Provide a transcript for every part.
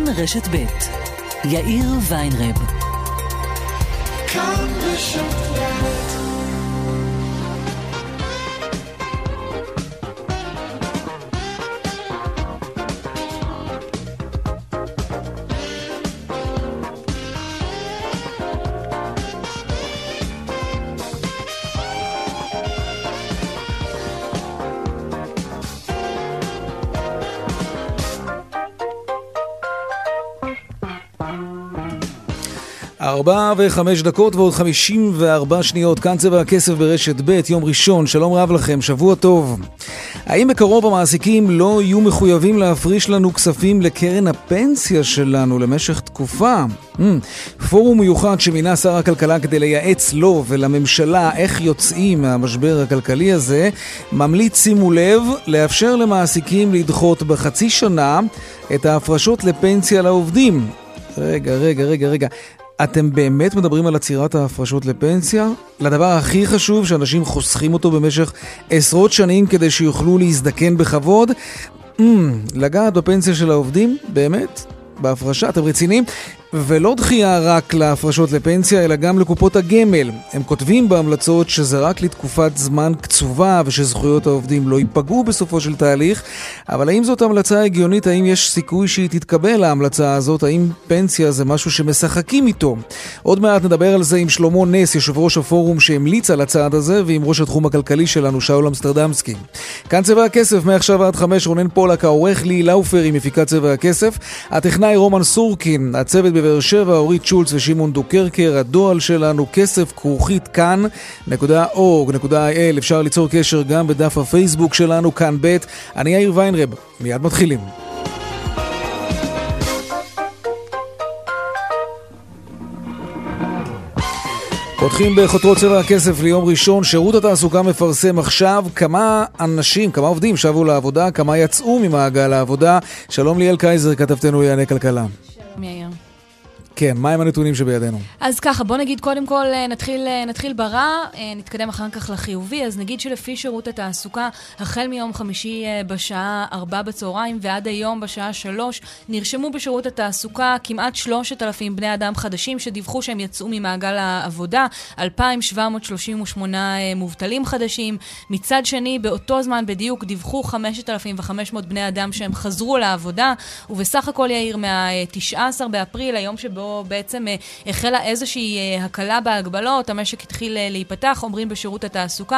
רשת ב' יאיר ויינרב. כאן רשת ב'. ארבע וחמש דקות ועוד 54 שניות, כאן צבע הכסף ברשת ב', יום ראשון, שלום רב לכם, שבוע טוב. האם בקרוב המעסיקים לא יהיו מחויבים להפריש לנו כספים לקרן הפנסיה שלנו למשך תקופה? פורום מיוחד שמינה שר הכלכלה כדי לייעץ לו ולממשלה איך יוצאים מהמשבר הכלכלי הזה, ממליץ, שימו לב, לאפשר למעסיקים לדחות בחצי שנה את ההפרשות לפנסיה לעובדים. רגע. אתם באמת מדברים על עצירת ההפרשות לפנסיה? לדבר הכי חשוב שאנשים חוסכים אותו במשך עשרות שנים כדי שיוכלו להזדקן בכבוד? לגעת בפנסיה של העובדים? באמת? בהפרשה? אתם רציניים? ולא דחייה רק להפרשות לפנסיה, אלא גם לקופות הגמל. הם כותבים בהמלצות שזה רק לתקופת זמן קצובה, ושזכויות העובדים לא ייפגעו בסופו של תהליך. אבל האם זאת המלצה הגיונית? האם יש סיכוי שהיא תתקבל ההמלצה הזאת? האם פנסיה זה משהו שמשחקים איתו? עוד מעט נדבר על זה עם שלמה נס, יושב ראש הפורום שהמליץ על הצעד הזה, ועם ראש התחום הכלכלי שלנו, שאול אמסטרדמסקי. כאן צבע הכסף, מעכשיו עד 5, רונן פולק, העורך לי לאופר עם מפיקת צבע הכסף, הטכנאי רומן סורקין, הצוות בבאר שבע, אורית שולץ ושמעון דוקרקר. הדואל שלנו כסף@כאן.org.il. אפשר ליצור קשר גם בדף הפייסבוק שלנו, כאן ב'. אני יאיר ויינרב, מיד מתחילים. פותחים בחותרות צבע הכסף ליום ראשון. שירות התעסוקה מפרסם עכשיו כמה עובדים שבו לעבודה, כמה יצאו ממעגל העבודה. שלום ליאל קייזר, כתבתנו לענייני כלכלה. שלום יאיר. כן, מה הם הנתונים שבידינו? אז ככה, בוא נגיד קודם כל, נתחיל ברע, נתקדם אחר כך לחיובי. אז נגיד שלפי שירות התעסוקה, החל מיום חמישי בשעה 4 בצהריים ועד היום בשעה 3, נרשמו בשירות התעסוקה כמעט 3,000 בני אדם חדשים שדיווחו שהם יצאו ממעגל העבודה, 2,738 מובטלים חדשים. מצד שני, באותו זמן בדיוק דיווחו 5,500 בני אדם שהם חזרו לעבודה, ובסך הכל יאיר מה-19 באפריל, היום שבו בעצם החלה איזושהי הקלה בהגבלות, המשק התחיל להיפתח, אומרים בשירות התעסוקה,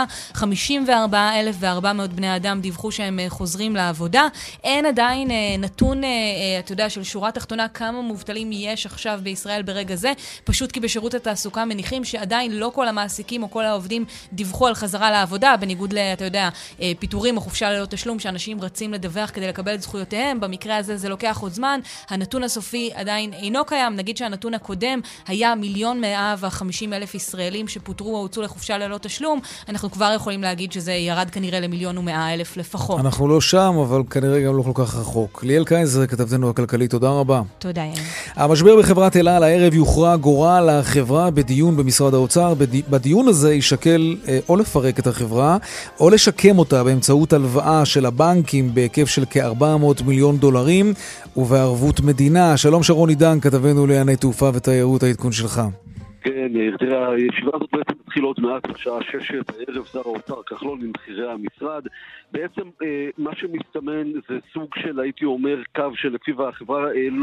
54,400 בני אדם דיווחו שהם חוזרים לעבודה. אין עדיין נתון, אתה יודע, של שורה תחתונה, כמה מובטלים יש עכשיו בישראל ברגע זה, פשוט כי בשירות התעסוקה מניחים שעדיין לא כל המעסיקים או כל העובדים דיווחו על חזרה לעבודה, בניגוד אתה יודע, פיטורים או חופשה ללא תשלום, שאנשים רצים לדווח כדי לקבל את זכויותיהם. במקרה הזה זה לוקח עוד זמן. הנתון הסופי עדיין אינו קיים. נגיד שהנתון הקודם היה 1,150,000 ישראלים שפוטרו או הוצאו לחופשה ללא תשלום. אנחנו כבר יכולים להגיד שזה ירד כנראה ל1,100,000 לפחות. אנחנו לא שם, אבל כנראה גם לא כל כך רחוק. ליאל קייזר, כתבתנו הכלכלית, תודה רבה. תודה, יאיר. המשבר בחברת אל על, הערב יוכרע גורל החברה בדיון במשרד האוצר. בדיון הזה יישקל או לפרק את החברה, או לשקם אותה באמצעות הלוואה של הבנקים בהיקף של כ-400 מיליון דולרים, ובערבות מדינה. שלום שרון עידן, כתבנו לענייני תעופה ותיירות, העדכון שלך. כן, תראה, הישיבה הזאת בעצם התחילה עוד מעט בשעה 6 בערב. שר האוצר כחלון עם בכירי המשרד. בעצם מה שמסתמן זה סוג של, הייתי אומר, קו שלפיו החברה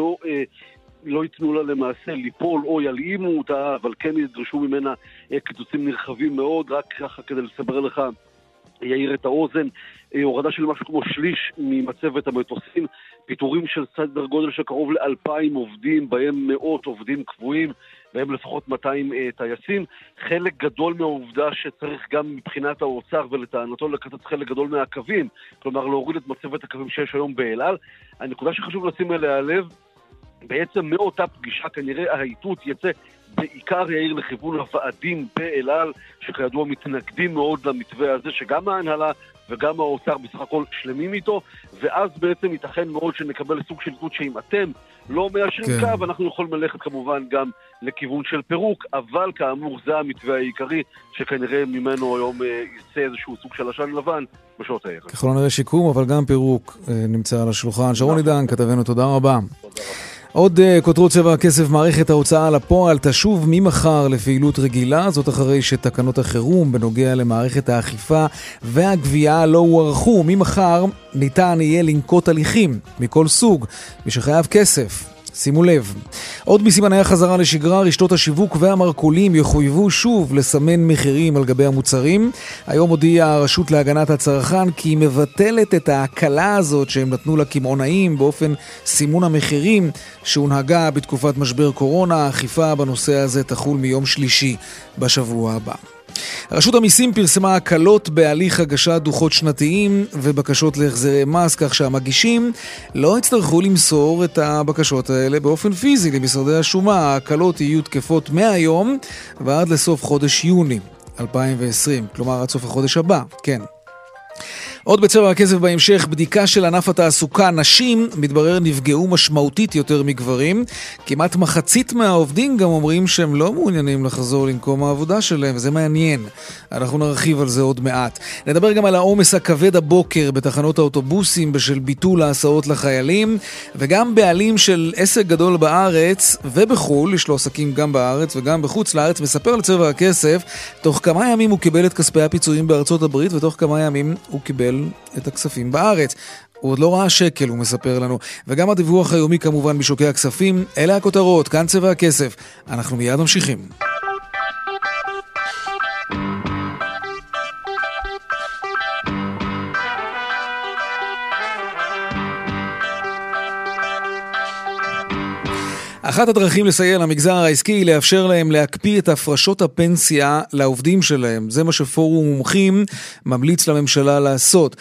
לא ייתנו לה למעשה ליפול או ילאימו אותה, אבל כן ידרשו ממנה קיצוצים נרחבים מאוד. רק ככה כדי לסבר לך, יאיר, את האוזן, הורדה של משהו כמו שליש ממצבת המטוסים, פיטורים של סדר גודל שקרוב ל2,000 עובדים, בהם מאות עובדים קבועים, בהם לפחות 200 טייסים. חלק גדול מהעובדה שצריך גם מבחינת האוצר ולטענתו לקצץ חלק גדול מהקווים, כלומר להוריד את מצבת הקווים שיש היום באל על. הנקודה שחשוב לשים אליה לב, בעצם מאותה פגישה כנראה ההיטות יצא בעיקר יאיר לכיוון הוועדים באל על, שכידוע מתנגדים מאוד למתווה הזה, שגם ההנהלה וגם האוצר בסך הכל שלמים איתו, ואז בעצם ייתכן מאוד שנקבל סוג של היטות שאם אתם לא מאשרים קו, אנחנו יכולים ללכת כמובן גם לכיוון של פירוק, אבל כאמור זה המתווה העיקרי, שכנראה ממנו היום יצא איזשהו סוג של עשן לבן בשעות הערב. ככל הנראה שיקום, אבל גם פירוק נמצא על השולחן. שרון עידן, כתבנו, תודה רבה. עוד כותרות צבע הכסף, מערכת ההוצאה לפועל תשוב ממחר לפעילות רגילה, זאת אחרי שתקנות החירום בנוגע למערכת האכיפה והגבייה לא הוארכו. ממחר ניתן יהיה לנקוט הליכים מכל סוג, מי שחייב כסף. שימו לב. עוד מסימני החזרה לשגרה, רשתות השיווק והמרכולים יחויבו שוב לסמן מחירים על גבי המוצרים. היום הודיעה הרשות להגנת הצרכן כי היא מבטלת את ההקלה הזאת שהם נתנו לקמעונאים באופן סימון המחירים שהונהגה בתקופת משבר קורונה. האכיפה בנושא הזה תחול מיום שלישי בשבוע הבא. רשות המיסים פרסמה הקלות בהליך הגשת דוחות שנתיים ובקשות להחזרי מס, כך שהמגישים לא יצטרכו למסור את הבקשות האלה באופן פיזי למשרדי השומה. ההקלות יהיו תקפות מהיום ועד לסוף חודש יוני 2020, כלומר עד סוף החודש הבא, כן. עוד בצבע הכסף בהמשך, בדיקה של ענף התעסוקה, נשים מתברר נפגעו משמעותית יותר מגברים. כמעט מחצית מהעובדים גם אומרים שהם לא מעוניינים לחזור למקום העבודה שלהם, וזה מעניין. אנחנו נרחיב על זה עוד מעט. נדבר גם על העומס הכבד הבוקר בתחנות האוטובוסים בשל ביטול ההסעות לחיילים, וגם בעלים של עסק גדול בארץ ובחול, יש לו עסקים גם בארץ וגם בחוץ לארץ, מספר לצבע הכסף תוך כמה ימים הוא קיבל את כספי הפיצויים בארצות הברית, ותוך כמה ימים הוא קיבל את הכספים בארץ. הוא עוד לא ראה שקל, הוא מספר לנו. וגם הדיווח היומי כמובן בשוקי הכספים. אלה הכותרות, כאן צבע הכסף. אנחנו מיד ממשיכים. אחת הדרכים לסייע למגזר העסקי היא לאפשר להם להקפיא את הפרשות הפנסיה לעובדים שלהם. זה מה שפורום מומחים ממליץ לממשלה לעשות.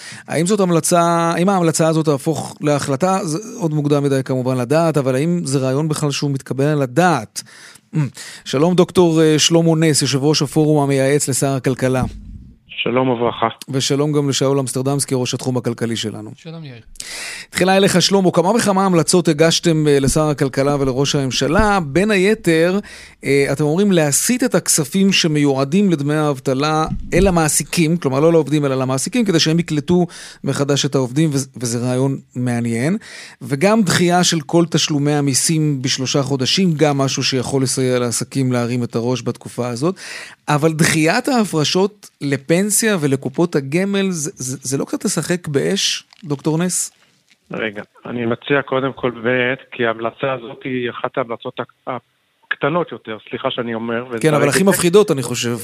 האם ההמלצה הזאת תהפוך להחלטה? זה עוד מוקדם מדי כמובן לדעת, אבל האם זה רעיון בכלל שהוא מתקבל על הדעת? שלום דוקטור שלמה נס, יושב ראש הפורום המייעץ לשר הכלכלה. שלום וברכה. ושלום גם לשאול אמסטרדמסקי, ראש התחום הכלכלי שלנו. שלום יאיר. תחילה אליך שלמה, כמה וכמה המלצות הגשתם לשר הכלכלה ולראש הממשלה. בין היתר, אתם אומרים להסיט את הכספים שמיועדים לדמי האבטלה אל המעסיקים, כלומר לא לעובדים אלא למעסיקים, כדי שהם יקלטו מחדש את העובדים, וזה רעיון מעניין. וגם דחייה של כל תשלומי המיסים ב3 חודשים, גם משהו שיכול לסייע לעסקים להרים את הראש בתקופה הזאת. אבל דחיית ההפרשות לפנסיה ולקופות הגמל, זה לא קצת לשחק באש, דוקטור נס? רגע, אני מציע קודם כל באמת, כי ההמלצה הזאת היא אחת ההמלצות הקטנות יותר, סליחה שאני אומר. כן, אבל הכי מפחידות אני חושב.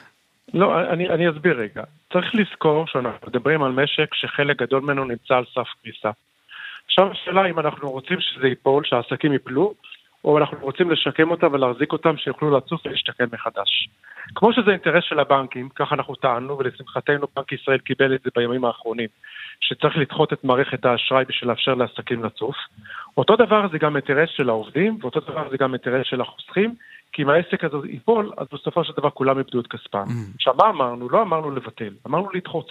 לא, אני אסביר רגע. צריך לזכור שאנחנו מדברים על משק שחלק גדול ממנו נמצא על סף קריסה. עכשיו השאלה אם אנחנו רוצים שזה ייפול, שהעסקים ייפלו, או אנחנו רוצים לשקם אותם ולהחזיק אותם שיוכלו לצוף ולהשתקם מחדש. כמו שזה אינטרס של הבנקים, כך אנחנו טענו, ולשמחתנו בנק ישראל קיבל את זה בימים האחרונים, שצריך לדחות את מערכת האשראי בשביל לאפשר לעסקים לצוף. אותו דבר זה גם אינטרס של העובדים, ואותו דבר זה גם אינטרס של החוסכים, כי אם העסק הזה ייפול, אז בסופו של דבר כולם יבדו את כספם. עכשיו מה אמרנו? לא אמרנו לבטל, אמרנו לדחות.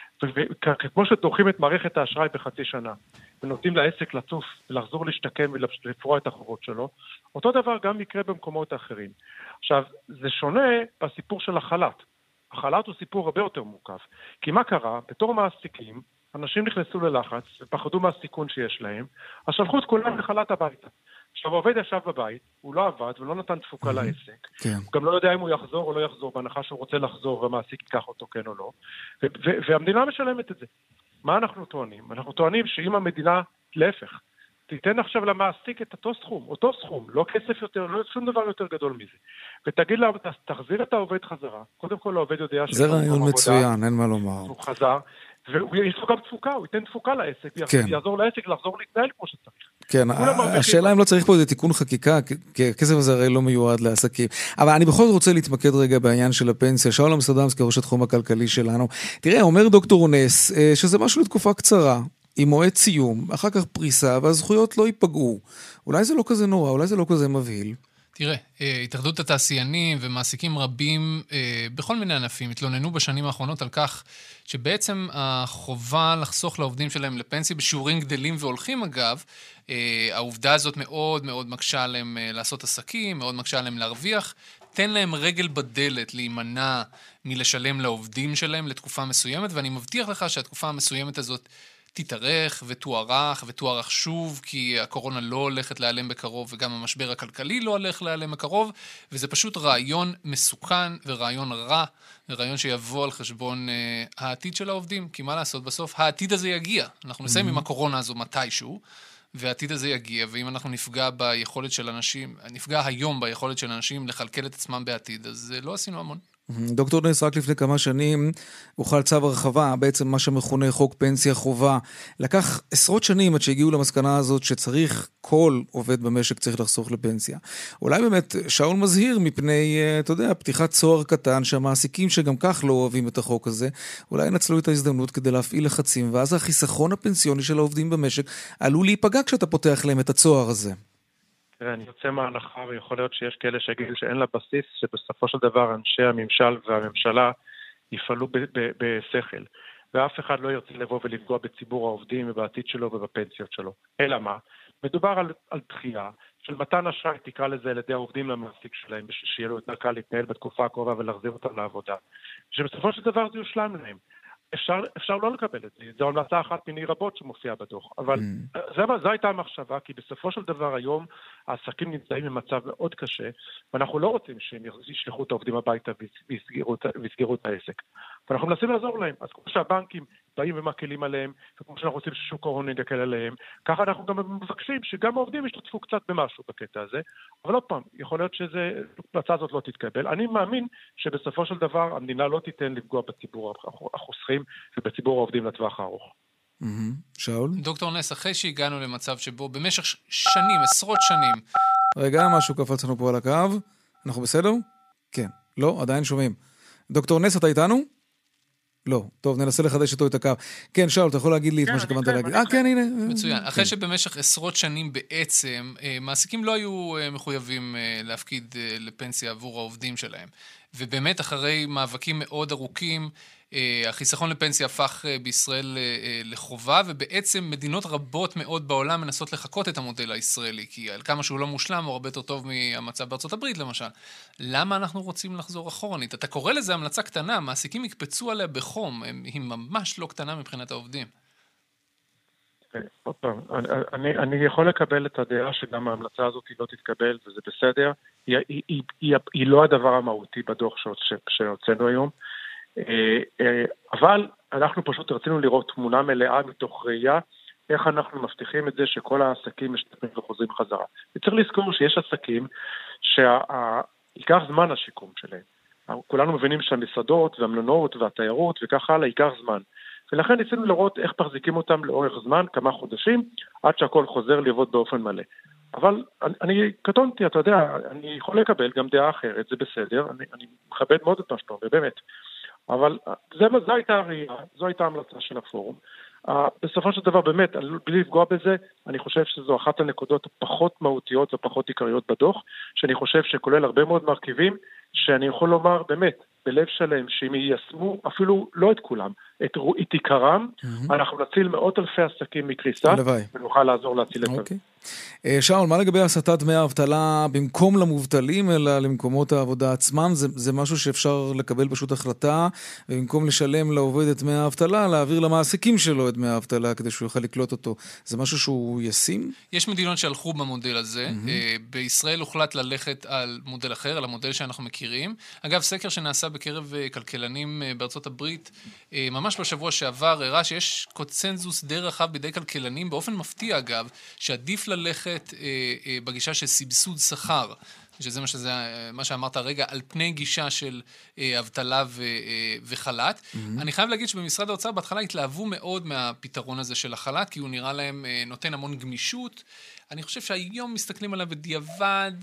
וכמו שדוחים את מערכת האשראי בחצי שנה, ונותנים לעסק לצוף ולחזור להשתקם ולפרוע את החובות שלו, אותו דבר גם יקרה במקומות האחרים. עכשיו, זה שונה בסיפור של החל"ת. החל"ת הוא סיפור הרבה יותר מורכב. כי מה קרה? בתור מעסיקים, אנשים נכנסו ללחץ ופחדו מהסיכון שיש להם, אז שלחו את כולם לחל"ת הביתה. עכשיו, העובד ישב בבית, הוא לא עבד ולא נתן תפוקה לעסק. כן. הוא גם לא יודע אם הוא יחזור או לא יחזור, בהנחה שהוא רוצה לחזור והמעסיק ייקח אותו כן או לא. והמדינה משלמת את זה. מה אנחנו טוענים? אנחנו טוענים שאם המדינה, להפך, תיתן עכשיו למעסיק את אותו סכום, לא כסף יותר, לא שום דבר יותר גדול מזה. ותגיד לה, תחזיר את העובד חזרה. קודם כל העובד יודע זה רעיון מצוין, אין מה לומר. הוא חזר, ויש לו גם תפוקה, הוא ייתן תפוקה לעסק, יעזור לעסק לחזור להתנהל כמו שצריך. כן, השאלה אם לא צריך פה איזה תיקון חקיקה, כי הכסף הזה הרי לא מיועד לעסקים. אבל אני בכל זאת רוצה להתמקד רגע בעניין של הפנסיה. שאול אמסטרדמסקי, ראש התחום הכלכלי שלנו. תראה, אומר דוקטור נס, שזה משהו לתקופה קצרה, עם מועד סיום, אחר כך פריסה, והזכויות לא ייפגעו. אולי זה לא כזה נורא, אולי זה לא כזה מבהיל. תראה, התאחדות התעשיינים ומעסיקים רבים בכל מיני ענפים התלוננו בשנים האחרונות על כך שבעצם החובה לחסוך לעובדים שלהם לפנסיה בשיעורים גדלים והולכים אגב, העובדה הזאת מאוד מאוד מקשה עליהם לעשות עסקים, מאוד מקשה עליהם להרוויח, תן להם רגל בדלת להימנע מלשלם לעובדים שלהם לתקופה מסוימת, ואני מבטיח לך שהתקופה המסוימת הזאת תתארך ותוארך שוב, כי הקורונה לא הולכת להיעלם בקרוב, וגם המשבר הכלכלי לא הולך להיעלם בקרוב, וזה פשוט רעיון מסוכן ורעיון רע, ורעיון שיבוא על חשבון העתיד של העובדים, כי מה לעשות בסוף? העתיד הזה יגיע. אנחנו נסיים עם הקורונה הזו מתישהו, והעתיד הזה יגיע, ואם אנחנו נפגע ביכולת של אנשים, נפגע היום ביכולת של אנשים לכלכל את עצמם בעתיד, אז לא עשינו המון. דוקטור נס, רק לפני כמה שנים הוחל צו הרחבה, בעצם מה שמכונה חוק פנסיה חובה. לקח עשרות שנים עד שהגיעו למסקנה הזאת שצריך, כל עובד במשק צריך לחסוך לפנסיה. אולי באמת שאול מזהיר מפני, אתה יודע, פתיחת צוהר קטן, שהמעסיקים שגם כך לא אוהבים את החוק הזה, אולי ינצלו את ההזדמנות כדי להפעיל לחצים, ואז החיסכון הפנסיוני של העובדים במשק עלול להיפגע כשאתה פותח להם את הצוהר הזה. אני יוצא מההנחה, ויכול להיות שיש כאלה שיגידו שאין לה בסיס, שבסופו של דבר אנשי הממשל והממשלה יפעלו בשכל, ואף אחד לא ירצה לבוא ולפגוע בציבור העובדים ובעתיד שלו ובפנסיות שלו. אלא מה? מדובר על דחייה של מתן אשראי, תקרא לזה על ידי העובדים למעסיק שלהם, שיהיה לו יותר קל להתנהל בתקופה הקרובה ולהחזיר אותם לעבודה. שבסופו של דבר זה יושלם להם. אפשר לא לקבל את זה, זו המלצה אחת מיני רבות שמופיעה בדוח, אבל זו הייתה המחשבה, כי בסופו של דבר היום העסקים נמצאים במצב מאוד קשה, ואנחנו לא רוצים שהם ישלחו את העובדים הביתה ויסגרו את העסק. ואנחנו מנסים לעזור להם, אז כמו שהבנקים באים ומקלים עליהם, וכמו שאנחנו רוצים ששוק ההון יקל עליהם, ככה אנחנו גם מבקשים שגם העובדים ישתתפו קצת במשהו בקטע הזה, אבל עוד פעם, יכול להיות שההצעה הזאת לא תתקבל. אני מאמין שבסופו של דבר המדינה לא תיתן לפגוע בציבור החוסכים ובציבור העובדים לטווח הארוך. שאול? דוקטור נס, אחרי שהגענו למצב שבו במשך שנים, עשרות שנים... רגע, משהו קפץ לנו פה על הקו. אנחנו בסדר? כן. לא, עדיין שומעים. דוקטור נס, אתה איתנו? לא. טוב, ננסה לחדש איתו את הקו. כן, שאול, אתה יכול להגיד לי את מה שכוונת להגיד. כן, הנה. מצוין. אחרי שבמשך עשרות שנים בעצם, מעסיקים לא היו מחויבים להפקיד לפנסיה עבור העובדים שלהם. ובאמת, אחרי מאבקים מאוד ארוכים, החיסכון לפנסיה הפך בישראל לחובה, ובעצם מדינות רבות מאוד בעולם מנסות לחקות את המודל הישראלי, כי על כמה שהוא לא מושלם, הוא הרבה יותר טוב מהמצב בארצות הברית, למשל. למה אנחנו רוצים לחזור אחורנית? אתה קורא לזה המלצה קטנה, מעסיקים יקפצו עליה בחום, היא ממש לא קטנה מבחינת העובדים. עוד פעם, אני יכול לקבל את הדעה שגם ההמלצה הזאת לא תתקבל, וזה בסדר. היא לא הדבר המהותי בדוח שהוצאנו היום, אבל אנחנו פשוט רצינו לראות תמונה מלאה מתוך ראייה, איך אנחנו מבטיחים את זה שכל העסקים משתפים וחוזרים חזרה. וצריך לזכור שיש עסקים ייקח זמן השיקום שלהם. כולנו מבינים שהמסעדות והמלונות והתיירות וכך הלאה ייקח זמן. ולכן ניסינו לראות איך מחזיקים אותם לאורך זמן, כמה חודשים, עד שהכל חוזר לעבוד באופן מלא. אבל אני קטונתי, אתה יודע, אני יכול לקבל גם דעה אחרת, זה בסדר, אני מכבד מאוד את מה שאתה אומר, באמת. אבל זו הייתה הראייה, זו הייתה המלצה של הפורום. בסופו של דבר, באמת, בלי לפגוע בזה, אני חושב שזו אחת הנקודות הפחות מהותיות ופחות עיקריות בדוח, שאני חושב שכולל הרבה מאוד מרכיבים, שאני יכול לומר באמת, בלב שלם, שאם יישמו אפילו לא את כולם, את עיקרם, אנחנו נציל מאות אלפי עסקים מקריסה, ונוכל לעזור להציל את זה. שאול, מה לגבי הסטת דמי האבטלה במקום למובטלים, אלא למקומות העבודה עצמם? זה משהו שאפשר לקבל פשוט החלטה, ובמקום לשלם לעובד את דמי האבטלה, להעביר למעסיקים שלו את דמי האבטלה, כדי שהוא יוכל לקלוט אותו. זה משהו שהוא ישים? יש מדינות שהלכו במודל הזה. בישראל הוחלט ללכת על מודל אחר, על המודל שאנחנו מכירים. אגב, סקר שנעשה בקרב כלכלנים בארצות הברית, ממש בשבוע שעבר, הראה שיש קונצנזוס די רחב בידי כלכלנים, באופן מפתיע אגב, שעדיף ללכת בגישה של סבסוד שכר, שזה מה שאמרת הרגע, על פני גישה של אבטלה וחל"ת. אני חייב להגיד שבמשרד האוצר בהתחלה התלהבו מאוד מהפתרון הזה של החל"ת, כי הוא נראה להם נותן המון גמישות. אני חושב שהיום מסתכלים עליו בדיעבד,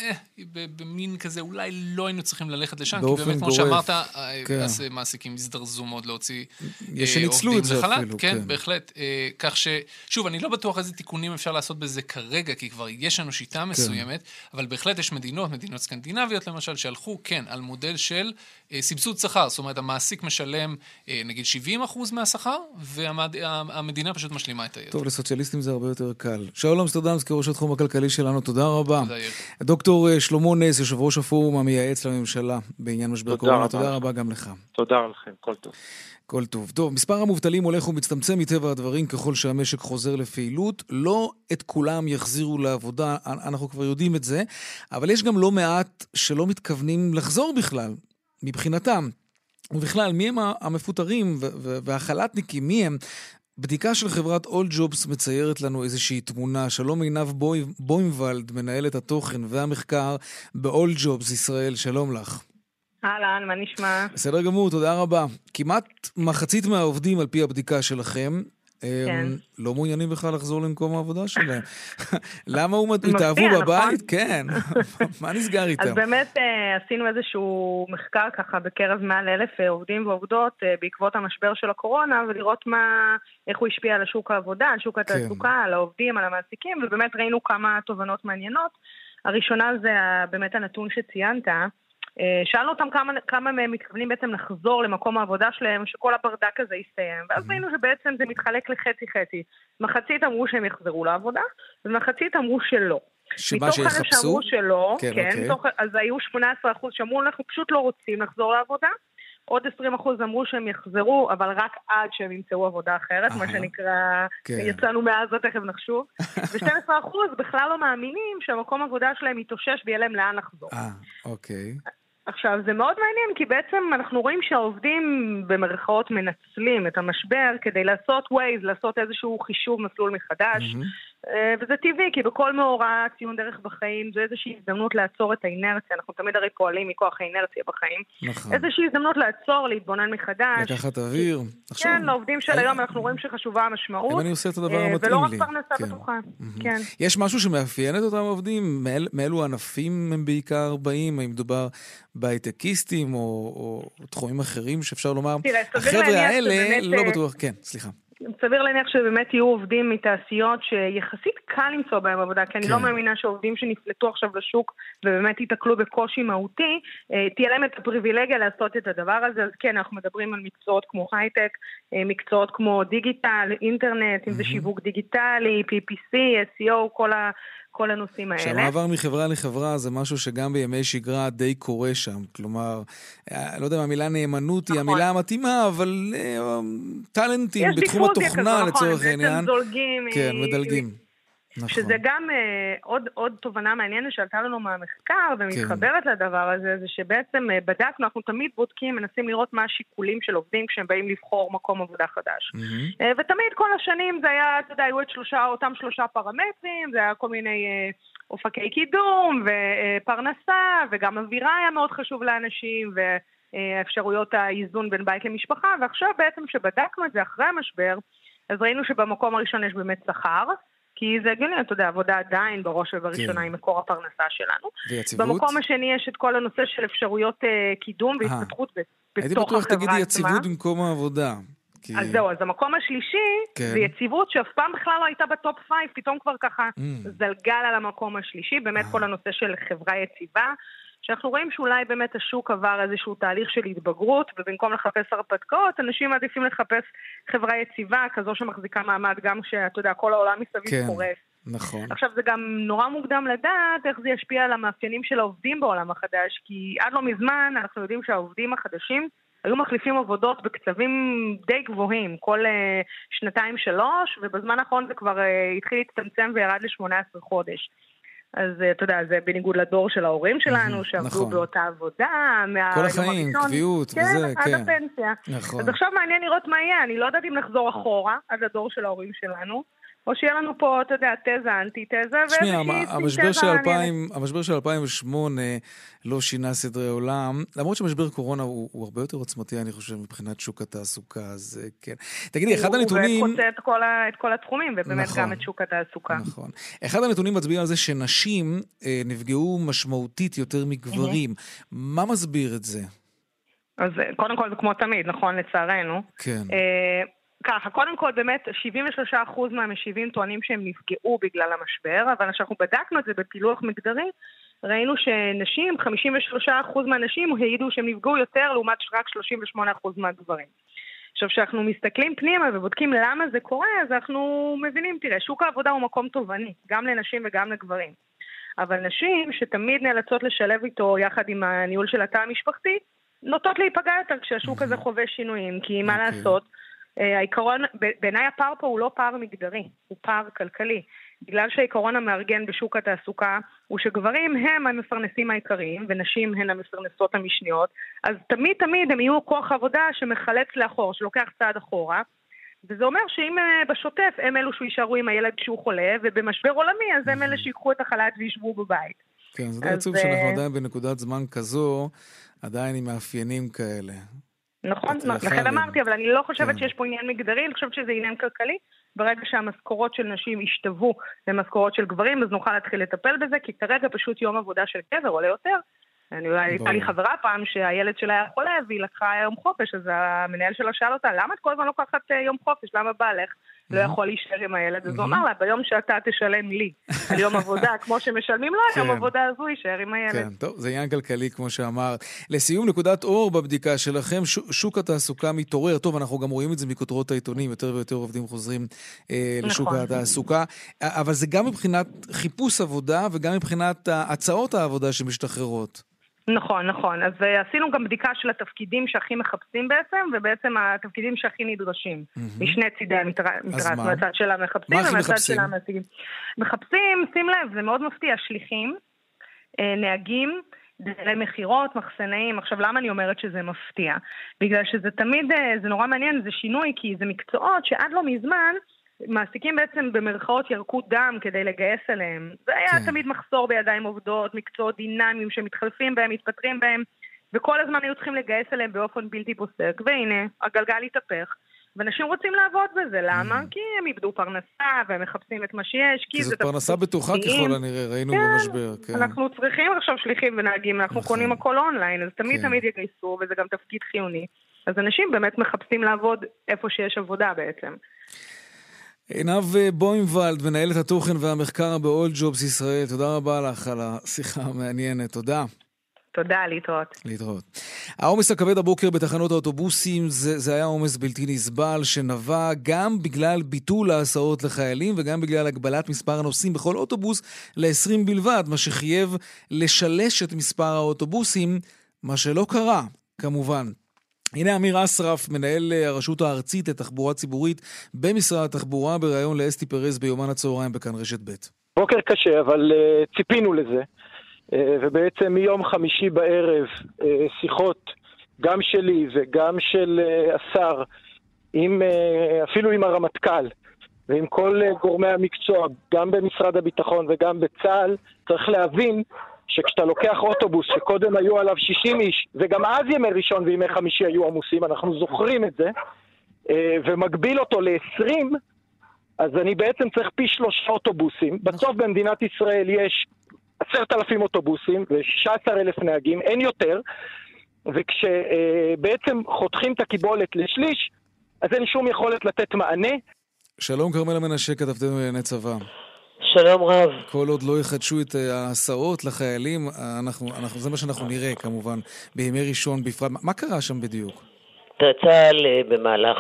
במין כזה, אולי לא היינו צריכים ללכת לשם, כי באמת, כמו שאמרת, מעסיקים הזדרזו מאוד להוציא עובדים לחל"ת. כן, בהחלט. כך שוב, אני לא בטוח איזה תיקונים אפשר לעשות בזה כרגע, כי כבר יש לנו שיטה מסוימת, אבל בהחלט יש מדינות סקנדינביות למשל, שהלכו, כן, על מודל של סבסוד שכר. זאת אומרת, המעסיק משלם, נגיד, 70% מהשכר, והמדינה פשוט משלימה את היתר. טוב, לסוציאליסטים זה הרבה יותר קל. שאול אמסטרדמסקי, ראש התחום הכלכלי שלנו, תודה רבה. דוקטור שלמה נס, יושב ראש הפורום המייעץ לממשלה בעניין משבר קורונה, תודה רבה גם לך. תודה לכם, כל טוב. כל טוב. טוב, מספר המובטלים הולך ומצטמצם מטבע הדברים ככל שהמשק חוזר לפעילות. לא את כולם יחזירו לעבודה, אנחנו כבר יודעים את זה, אבל יש גם לא מעט שלא מתכוונים לחזור בכלל, מבחינתם. ובכלל, מי הם המפוטרים והחלטניקים, מי הם? בדיקה של חברת All Jobs מציירת לנו איזושהי תמונה. שלום עינב בוימוולד, מנהלת התוכן והמחקר ב-All Jobs ישראל, שלום לך. אהלן, מה נשמע? בסדר גמור, תודה רבה. כמעט מחצית מהעובדים על פי הבדיקה שלכם, לא מעוניינים בכלל לחזור למקום העבודה שלהם. למה הוא התאהבו בבית? כן. מה נסגר איתם? אז באמת עשינו איזשהו מחקר ככה בקרב מעל 1,000 עובדים ועובדות בעקבות המשבר של הקורונה, ולראות איך הוא השפיע על שוק העבודה, על שוק התעסוקה, על העובדים, על המעסיקים, ובאמת ראינו כמה תובנות מעניינות. הראשונה זה באמת הנתון שציינת, שאלנו אותם כמה מהם מתכוונים בעצם לחזור למקום העבודה שלהם, שכל הברדק הזה יסתיים. ואז ראינו שבעצם זה מתחלק לחצי-חצי. מחצית אמרו שהם יחזרו לעבודה, ומחצית אמרו שלא. שמה שיחפשו? מתוך אלה שאמרו שלא, כן, אז היו 18% שאמרו, אנחנו פשוט לא רוצים לחזור לעבודה. עוד 20% אמרו שהם יחזרו, אבל רק עד שהם ימצאו עבודה אחרת, מה שנקרא, יצאנו מאז תכף נחשוב. ו12% בכלל לא מאמינים שהמקום עבודה שלהם יתאושש ויהיה להם לאן לחזור. אוקיי. עכשיו, זה מאוד מעניין, כי בעצם אנחנו רואים שהעובדים במרכאות מנצלים את המשבר כדי לעשות ווייז, לעשות איזשהו חישוב מסלול מחדש, וזה טבעי, כי בכל מאורע ציון דרך בחיים, זו איזושהי הזדמנות לעצור את האינרציה, אנחנו תמיד הרי פועלים מכוח האינרציה בחיים, איזושהי הזדמנות לעצור, להתבונן מחדש. לקחת אוויר. כן, לעובדים של היום אנחנו רואים שחשובה המשמעות, אם אני עושה את הדבר המתאים לי. ולא רק פרנסה בטוחה. יש משהו שמאפיין את אותם עובדים? מאלו ענפים הם בעיקר באים? האם מדובר בהייטקיסטים או תחומים אחרים שאפשר לומר? החבר'ה האלה לא בטוח, כן, סליחה. סביר להניח שבאמת יהיו עובדים מתעשיות שיחסית קל למצוא בהם עבודה, כי אני לא מאמינה שעובדים שנפלטו עכשיו לשוק ובאמת יתקלו בקושי מהותי, תהיה להם את הפריבילגיה לעשות את הדבר הזה. אז כן, אנחנו מדברים על מקצועות כמו הייטק, מקצועות כמו דיגיטל, אינטרנט, אם זה שיווק דיגיטלי, PPC, SEO, כל הנושאים האלה. שהמעבר מחברה לחברה זה משהו שגם בימי שגרה די קורה שם. כלומר, לא יודע אם המילה נאמנות היא המילה המתאימה, אבל טלנטים בתחום התוכנה לצורך העניין. כן, מדלגים. שזה גם עוד תובנה מעניינת שעלתה לנו מהמחקר ומתחברת לדבר הזה, זה שבעצם בדקנו, אנחנו תמיד בודקים, מנסים לראות מה השיקולים של עובדים כשהם באים לבחור מקום עבודה חדש. ותמיד כל השנים זה היה, אתה יודע, היו אותם 3 פרמטרים, זה היה כל מיני אופקי קידום ופרנסה, וגם אווירה היה מאוד חשוב לאנשים, ואפשרויות האיזון בין בית למשפחה, ועכשיו בעצם שבדקנו את זה אחרי המשבר, אז ראינו שבמקום הראשון יש באמת שכר, כי זה הגיוני, אתה יודע, עבודה עדיין בראש ובראשונה עם מקור הפרנסה שלנו. ויציבות? במקום השני יש את כל הנושא של אפשרויות קידום והתפתחות בתוך החברה. הייתי בטוח תגידי יציבות במקום העבודה. אז זהו, אז המקום השלישי זה יציבות שאף פעם בכלל לא הייתה בטופ 5, פתאום כבר ככה זלגל על המקום השלישי, באמת כל הנושא של חברה יציבה, שאנחנו רואים שאולי באמת השוק עבר איזשהו תהליך של התבגרות, ובמקום לחפש הרפתקאות, אנשים מעדיפים לחפש חברה יציבה, כזו שמחזיקה מעמד גם שאתה יודע, כל העולם מסביב קורס. נכון. עכשיו זה גם נורא מוקדם לדעת איך זה ישפיע על המאפיינים של העובדים בעולם החדש, כי עד לא מזמן אנחנו יודעים שהעובדים החדשים היו מחליפים עבודות בקצבים די גבוהים, כל 2-3, ובזמן האחרון זה כבר התחיל להצטמצם וירד ל-18 חודש. אז אתה יודע, זה בניגוד לדור של ההורים שלנו, שעבדו באותה עבודה, כל החיים, קביעות וזה, כן. עד הפנסיה. אז עכשיו מעניין לראות מה יהיה, אני לא יודעת אם נחזור אחורה, עד לדור של ההורים שלנו, או שיהיה לנו פה, אתה יודע, תזה, אנטי-תזה, שנייה, המשבר של 2008 לא שינה סדרי עולם, למרות שמשבר קורונה הוא הרבה יותר עוצמתי, אני חושב, מבחינת שוק התעסוקה, אז כן. תגידי, אחד הנתונים... הוא חוצה את כל התחומים, ובאמת גם את שוק התעסוקה. נכון. אחד הנתונים מצביע על זה שנשים נפגעו משמעותית יותר מגברים. מה מסביר את זה? אז קודם כל זה כמו תמיד, נכון, לצערנו. כן. ככה, קודם כל באמת 73% מהמשיבים טוענים שהם נפגעו בגלל המשבר, אבל כשאנחנו בדקנו את זה בפילוח מגדרי, ראינו שנשים, 53% מהנשים העידו שהם נפגעו יותר, לעומת רק 38% מהגברים. עכשיו, כשאנחנו מסתכלים פנימה ובודקים למה זה קורה, אז אנחנו מבינים, תראה, שוק העבודה הוא מקום תובעני, גם לנשים וגם לגברים. אבל נשים שתמיד נאלצות לשלב איתו יחד עם הניהול של התא המשפחתי, נוטות להיפגע יותר כשהשוק הזה חווה שינויים, כי מה לעשות, העיקרון, בעיניי הפער פה הוא לא פער מגדרי, הוא פער כלכלי. בגלל שהעיקרון המארגן בשוק התעסוקה הוא שגברים הם המפרנסים העיקריים ונשים הן המפרנסות המשניות, אז תמיד הם יהיו כוח עבודה שמחלץ לאחור, שלוקח צעד אחורה, וזה אומר שאם בשוטף הם אלו שישארו עם הילד כשהוא חולה, ובמשבר עולמי אז הם אלה שיקחו את החל"ת וישבו בבית. כן, זה די עצוב שאנחנו עדיין בנקודת זמן כזו, עדיין עם מאפיינים כאלה. נכון, לכן אמרתי, אבל אני לא חושבת שיש פה עניין מגדרי, אני חושבת שזה עניין כלכלי. ברגע שהמשכורות של נשים ישתוו למשכורות של גברים, אז נוכל להתחיל לטפל בזה, כי כרגע פשוט יום עבודה של גבר עולה יותר. הייתה לי חברה פעם שהילד שלה היה חולה והיא לקחה יום חופש, אז המנהל שלה שאל אותה, למה את כל הזמן לוקחת יום חופש? למה בעלך לא יכול להישאר עם הילד? אז הוא אמר לה, ביום שאתה תשלם לי על יום עבודה, כמו שמשלמים לו, יום עבודה הזו יישאר עם הילד. כן, טוב, זה עניין כלכלי, כמו שאמר. לסיום, נקודת אור בבדיקה שלכם, שוק התעסוקה מתעורר. טוב, אנחנו גם רואים את זה מכותרות העיתונים, יותר ויותר עובדים חוזרים לשוק התעסוקה, אבל זה גם מבחינת חיפוש עבודה וגם מבחינת הצעות העבודה שמשתחררות. נכון. אז עשינו גם בדיקה של התפקידים שהכי מחפשים בעצם, ובעצם התפקידים שהכי נדרשים. משני צידי המתרס, מהצד של המחפשים ומהצד של המשיגים. מחפשים, שים לב, זה מאוד מפתיע, שליחים, נהגים, דיילי מחירות, מחסנאים. עכשיו, למה אני אומרת שזה מפתיע? בגלל שזה תמיד, זה נורא מעניין, זה שינוי, כי זה מקצועות שעד לא מזמן, מעסיקים בעצם במרכאות ירקו דם כדי לגייס אליהם. זה היה תמיד מחסור בידיים עובדות, מקצועות דינמיים שמתחלפים בהם, מתפטרים בהם, וכל הזמן היו צריכים לגייס אליהם באופן בלתי פוסק. והנה, הגלגל התהפך, ואנשים רוצים לעבוד בזה. למה? כי הם איבדו פרנסה, והם מחפשים את מה שיש, כי זאת פרנסה בטוחה ככל הנראה, ראינו במשבר. אנחנו צריכים עכשיו שליחים ונהגים, אנחנו קונים הכל אונליין, אז תמיד יגייסו, וזה גם תפקיד חיוני. אז אנשים באמת מחפשים לעבוד איפה שיש עבודה בעצם. עינב בוימוולד, מנהלת התוכן והמחקר ב-All Jobs ישראל, תודה רבה לך על השיחה המעניינת, תודה. תודה, להתראות. העומס הכבד הבוקר בתחנות האוטובוסים זה היה עומס בלתי נסבל שנבע גם בגלל ביטול ההסעות לחיילים וגם בגלל הגבלת מספר הנוסעים בכל אוטובוס ל-20 בלבד, מה שחייב לשלש את מספר האוטובוסים, מה שלא קרה, כמובן. הנה אמיר אסרף, מנהל הרשות הארצית לתחבורה ציבורית במשרד התחבורה, בראיון לאסתי פרז ביומן הצהריים בכאן רשת ב'. בוקר קשה, אבל ציפינו לזה. ובעצם מיום חמישי בערב שיחות גם שלי וגם של השר, אפילו עם הרמטכ"ל ועם כל גורמי המקצוע, גם במשרד הביטחון וגם בצה"ל, צריך להבין שכשאתה לוקח אוטובוס שקודם היו עליו 60 איש, וגם אז ימי ראשון וימי חמישי היו עמוסים, אנחנו זוכרים את זה, ומגביל אותו ל-20, אז אני בעצם צריך פי 3 אוטובוסים. בסוף במדינת ישראל יש 10,000 אוטובוסים ו16,000 נהגים, אין יותר, וכשבעצם חותכים את הקיבולת לשליש, אז אין שום יכולת לתת מענה. שלום כרמלה מנשה, כתבתנו לענייני צבא. שלום רב. כל עוד לא יחדשו את ההסעות לחיילים, זה מה שאנחנו נראה כמובן בימי ראשון בפרט. מה קרה שם בדיוק? צה"ל במהלך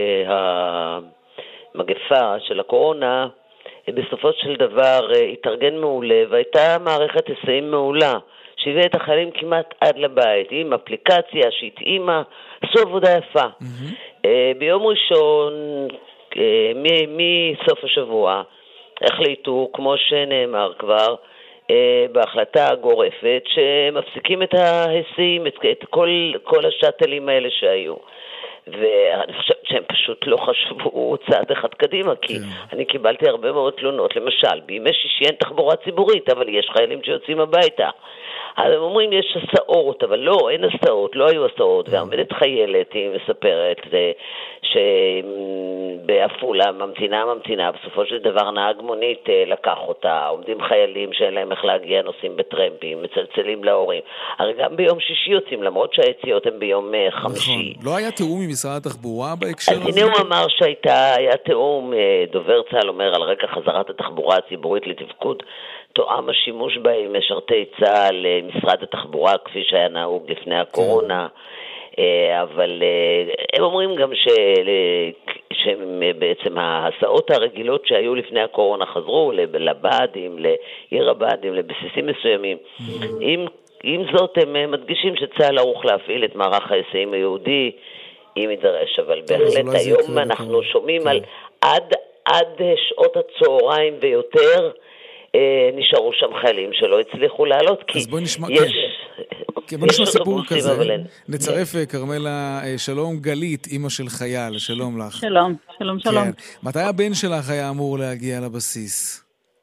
המגפה של הקורונה, בסופו של דבר התארגן מעולה, והייתה מערכת היסעים מעולה, שהביאה את החיילים כמעט עד לבית, עם אפליקציה שהתאימה, עשו עבודה יפה. ביום ראשון, מסוף השבוע, החליטו, כמו שנאמר כבר, בהחלטה גורפת, שמפסיקים את ההיסעים, את כל השאטלים האלה שהיו. ואני חושבת שהם פשוט לא חשבו צעד אחד קדימה, כי אני קיבלתי הרבה מאוד תלונות, למשל, בימי שישי אין תחבורה ציבורית, אבל יש חיילים שיוצאים הביתה. אז הם אומרים, יש הסעות, אבל לא, אין הסעות, לא היו הסעות, ועומדת חיילת, היא מספרת שבאפולה ממתינה, בסופו של דבר נהג מונית לקח אותה, עומדים חיילים שאין להם איך להגיע, נוסעים בטרמפים, מצלצלים להורים. הרי גם ביום שישי יוצאים, למרות שהיציאות הם ביום חמישי. נכון, לא היה תיאום עם משרד התחבורה בהקשר הזה? אז הנה הוא אמר היה תיאום, דובר צה"ל אומר על רקע חזרת התחבורה הציבורית לתפקוד, תואם השימוש בהם משרתי צה"ל, משרד התחבורה כפי שהיה נהוג לפני הקורונה, אבל הם אומרים גם שבעצם ההסעות הרגילות שהיו לפני הקורונה חזרו לבאדים, לעיר הבאדים, לבסיסים מסוימים, עם עם זאת, הם מדגישים שצה"ל ערוך להפעיל את מערך ההיסעים היהודי, אם יידרש, אבל בהחלט היום אנחנו שומעים על עד שעות הצהריים ויותר, נשארו שם חיילים שלא הצליחו לעלות, כי בוא נשמע סיפור כזה. נצרף כרמלה, שלום, גלית, אמא של חייל, שלום לך. שלום. מתי הבן שלך היה אמור להגיע לבסיס?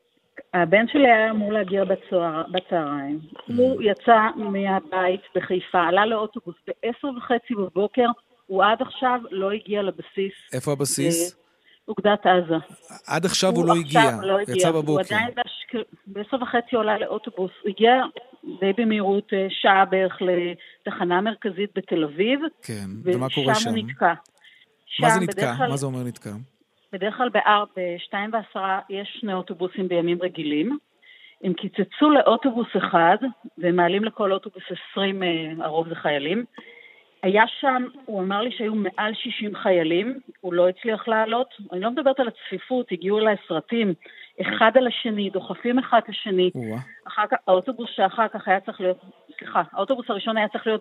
הבן שלי היה אמור להגיע בצהריים. הוא יצא מהבית בחיפה, עלה לאוטובוס ב-10:30 בבוקר, הוא עד עכשיו לא הגיע לבסיס. איפה הבסיס? אוגדת עזה. עד עכשיו הוא לא הגיע, יצא בבוקר. הוא עדיין ב-10:30 עולה לאוטובוס, הוא הגיע די במהירות שעה בערך לתחנה מרכזית בתל אביב. כן, ומה קורה שם? ושם הוא נתקע. מה זה נתקע? מה זה אומר נתקע? בדרך כלל ב-2:10 יש 2 אוטובוסים בימים רגילים. הם קיצצו לאוטובוס אחד, ומעלים לכל אוטובוס 20, הרוב זה חיילים. היה שם, הוא אמר לי שהיו מעל 60 חיילים, הוא לא הצליח לעלות. אני לא מדברת על הצפיפות, הגיעו אליי סרטים, אחד על השני, דוחפים אחד לשני. אחר כך, האוטובוס שאחר כך היה צריך להיות, האוטובוס הראשון היה צריך להיות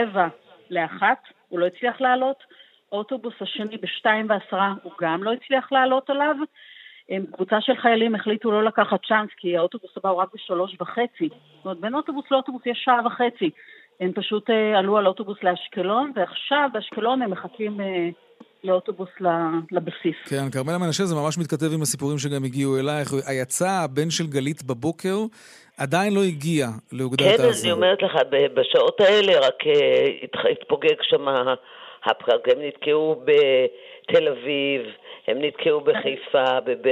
1:45, הוא לא הצליח לעלות. האוטובוס השני ב-2:10 הוא גם לא הצליח לעלות עליו. קבוצה של חיילים החליטו לא לקחת צ'אנס, כי האוטובוס הבא הוא רק ב-3:30. זאת אומרת, בין אוטובוס לאוטובוס יש 1:30. הם פשוט עלו על אוטובוס לאשקלון, ועכשיו באשקלון הם מחכים לאוטובוס לבסיס. כן, כרמלה מנשה, זה ממש מתכתב עם הסיפורים שגם הגיעו אלייך. היצא הבן של גלית בבוקר עדיין לא הגיע לאוגדת עזה. כן, אני אומרת לך, בשעות האלה רק התפוגג שם הפקק, הם נתקעו בתל אביב, הם נתקעו בחיפה,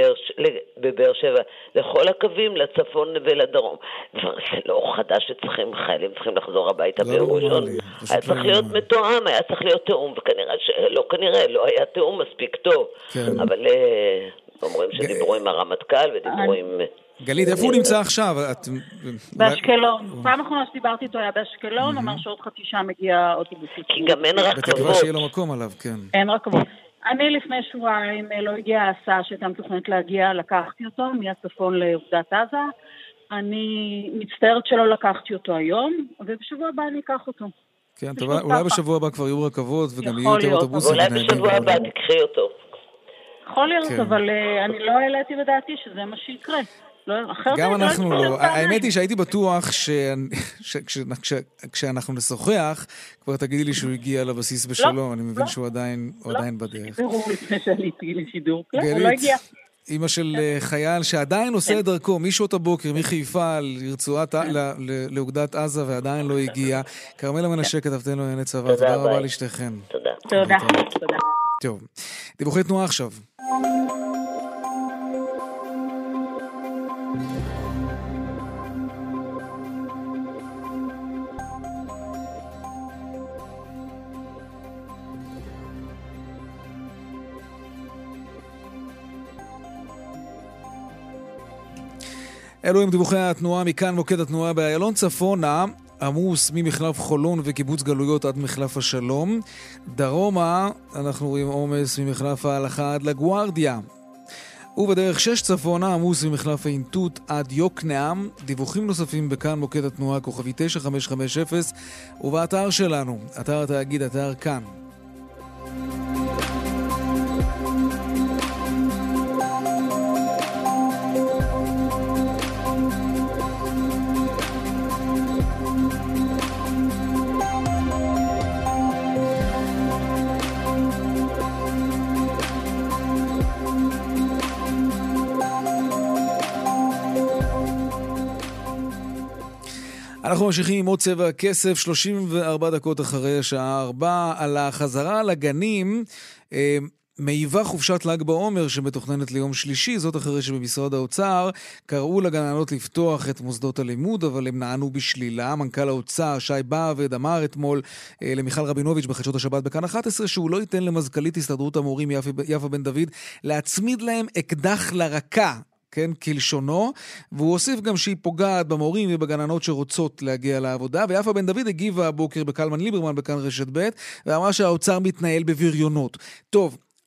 בבאר שבע, לכל הקווים, לצפון ולדרום. זה לא חדש שצריכים, חיילים צריכים לחזור הביתה ביום ראשון. היה צריך להיות מתואם, היה צריך להיות תאום, וכנראה לא היה תאום מספיק טוב. אבל אומרים שדיברו עם הרמטכ"ל ודיברו עם... גלית, איפה הוא נמצא עכשיו? באשקלון. פעם אחרונה שדיברתי איתו היה באשקלון, אמר שעוד חצי שעה מגיע אוטובוס. כי גם אין רכבות. בתקווה שיהיה לו מקום עליו, כן. אין רכבות. אני לפני שבועיים לא הגיעה ההסעה שהייתה מתוכננת להגיע, לקחתי אותו מהצפון לאוגדת עזה. אני מצטערת שלא לקחתי אותו היום, ובשבוע הבא אני אקח אותו. כן, אולי בשבוע הבא כבר יהיו רכבות וגם יהיו יותר אוטובוסים. אולי בשבוע הבא תקחי אותו. יכול להיות, אבל אני לא העליתי בדעתי שזה מה שיקרה. גם אנחנו לא. האמת היא שהייתי בטוח כשאנחנו נשוחח, כבר תגידי לי שהוא הגיע לבסיס בשלום. אני מבין שהוא עדיין בדרך. לפני שעליתי לשידור. הוא לא הגיע. אמא של חייל שעדיין עושה את דרכו משעות הבוקר, מחיפה לאוגדת עזה ועדיין לא הגיע. כרמלה מנשה, כתבתנו לענייני צבא. תודה רבה לשתיכן. תודה. טוב, דיווחי תנועה עכשיו. אלו הם דיווחי התנועה, מכאן מוקד התנועה באיילון. צפונה עמוס ממחלף חולון וקיבוץ גלויות עד מחלף השלום. דרומה אנחנו רואים עומס ממחלף ההלכה עד לגוארדיה. ובדרך 6 צפונה עמוס ממחלף האינטוט עד יוקנעם. דיווחים נוספים בכאן מוקד התנועה כוכבי 9550 ובאתר שלנו, אתר התאגיד, אתר כאן. אנחנו ממשיכים עם עוד צבע הכסף, 34 דקות אחרי השעה 4, על החזרה לגנים. מעיבה חופשת ל"ג בעומר שמתוכננת ליום שלישי, זאת אחרי שבמשרד האוצר קראו לגננות לפתוח את מוסדות הלימוד, אבל הם נענו בשלילה. מנכ"ל האוצר שי באב"ד אמר אתמול למיכל רבינוביץ' בחדשות השבת בכאן 11 שהוא לא ייתן למזכ"לית הסתדרות המורים יפה בן דוד להצמיד להם אקדח לרקה, כן, כלשונו, והוא הוסיף גם שהיא פוגעת במורים ובגננות שרוצות להגיע לעבודה. ויפה בן דוד הגיבה הבוקר בקלמן ליברמן בכאן רשת ב' ואמרה שהאוצר מתנהל בבריונות. טוב,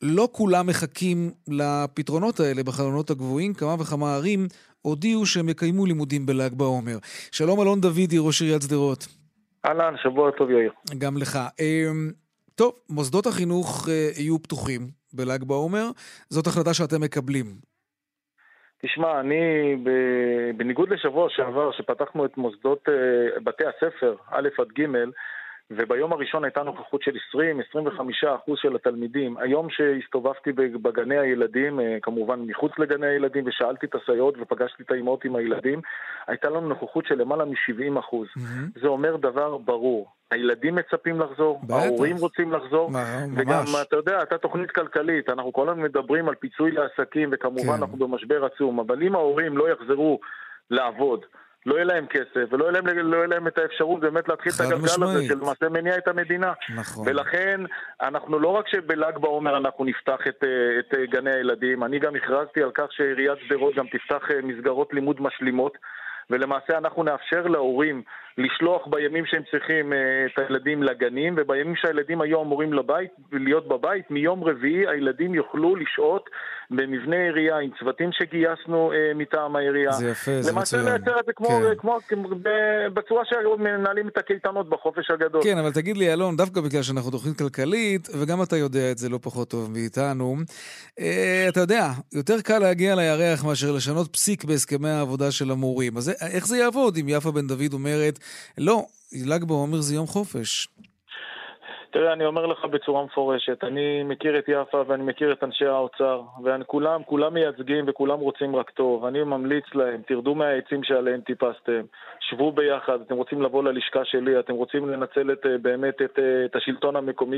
לא כולם מחכים לפתרונות האלה בחלונות הגבוהים. כמה וכמה ערים הודיעו שהם יקיימו לימודים בל"ג בעומר. שלום אלון דוידי, ראש עיריית שדרות. אהלן, שבוע טוב יאיר. גם לך. טוב, מוסדות החינוך יהיו פתוחים בל"ג בעומר. זאת החלטה שאתם מקבלים. תשמע, אני בניגוד לשבוע שעבר שפתחנו את מוסדות בתי הספר א' עד ג', וביום הראשון הייתה נוכחות של 20-25% של התלמידים. היום שהסתובבתי בגני הילדים, כמובן מחוץ לגני הילדים, ושאלתי את הסייעות ופגשתי את האימהות עם הילדים, הייתה לנו נוכחות של למעלה מ-70%. זה אומר דבר ברור. הילדים מצפים לחזור, ההורים רוצים לחזור, וגם, אתה יודע, אתה תוכנית כלכלית, אנחנו כל הזמן מדברים על פיצוי לעסקים, וכמובן אנחנו במשבר עצום, אבל אם ההורים לא יחזרו לעבוד, לא יהיה להם כסף, ולא יהיה להם את האפשרות באמת להתחיל את הגלגל הזה, שלמעשה מניע את המדינה. נכון. ולכן, אנחנו לא רק שבל"ג בעומר אנחנו נפתח את גני הילדים, אני גם הכרזתי על כך שעיריית שדרות גם תפתח מסגרות לימוד משלימות, ולמעשה אנחנו נאפשר להורים לשלוח בימים שהם צריכים את הילדים לגנים, ובימים שהילדים היו אמורים להיות בבית, מיום רביעי הילדים יוכלו לשעות במבנה עירייה עם צוותים שגייסנו מטעם העירייה. זה יפה, זה מצוין. למעשה לייצר את זה כמו בצורה שמנהלים את הקייטנות בחופש הגדול. כן, אבל תגיד לי אלון, דווקא בגלל שאנחנו תוכנית כלכלית, וגם אתה יודע את זה לא פחות טוב מאיתנו, אתה יודע, יותר קל להגיע לירח מאשר לשנות פסיק בהסכמי העבודה של המורים. אז איך זה יעבוד אם יפה בן דוד אומרת, לא, ל"ג בעומר זה יום חופש? תראה, אני אומר לך בצורה מפורשת, אני מכיר את יפה ואני מכיר את אנשי האוצר, וכולם מייצגים וכולם רוצים רק טוב. אני ממליץ להם, תרדו מהעצים שעליהם טיפסתם, שבו ביחד, אתם רוצים לבוא ללשכה שלי, אתם רוצים לנצל באמת את השלטון המקומי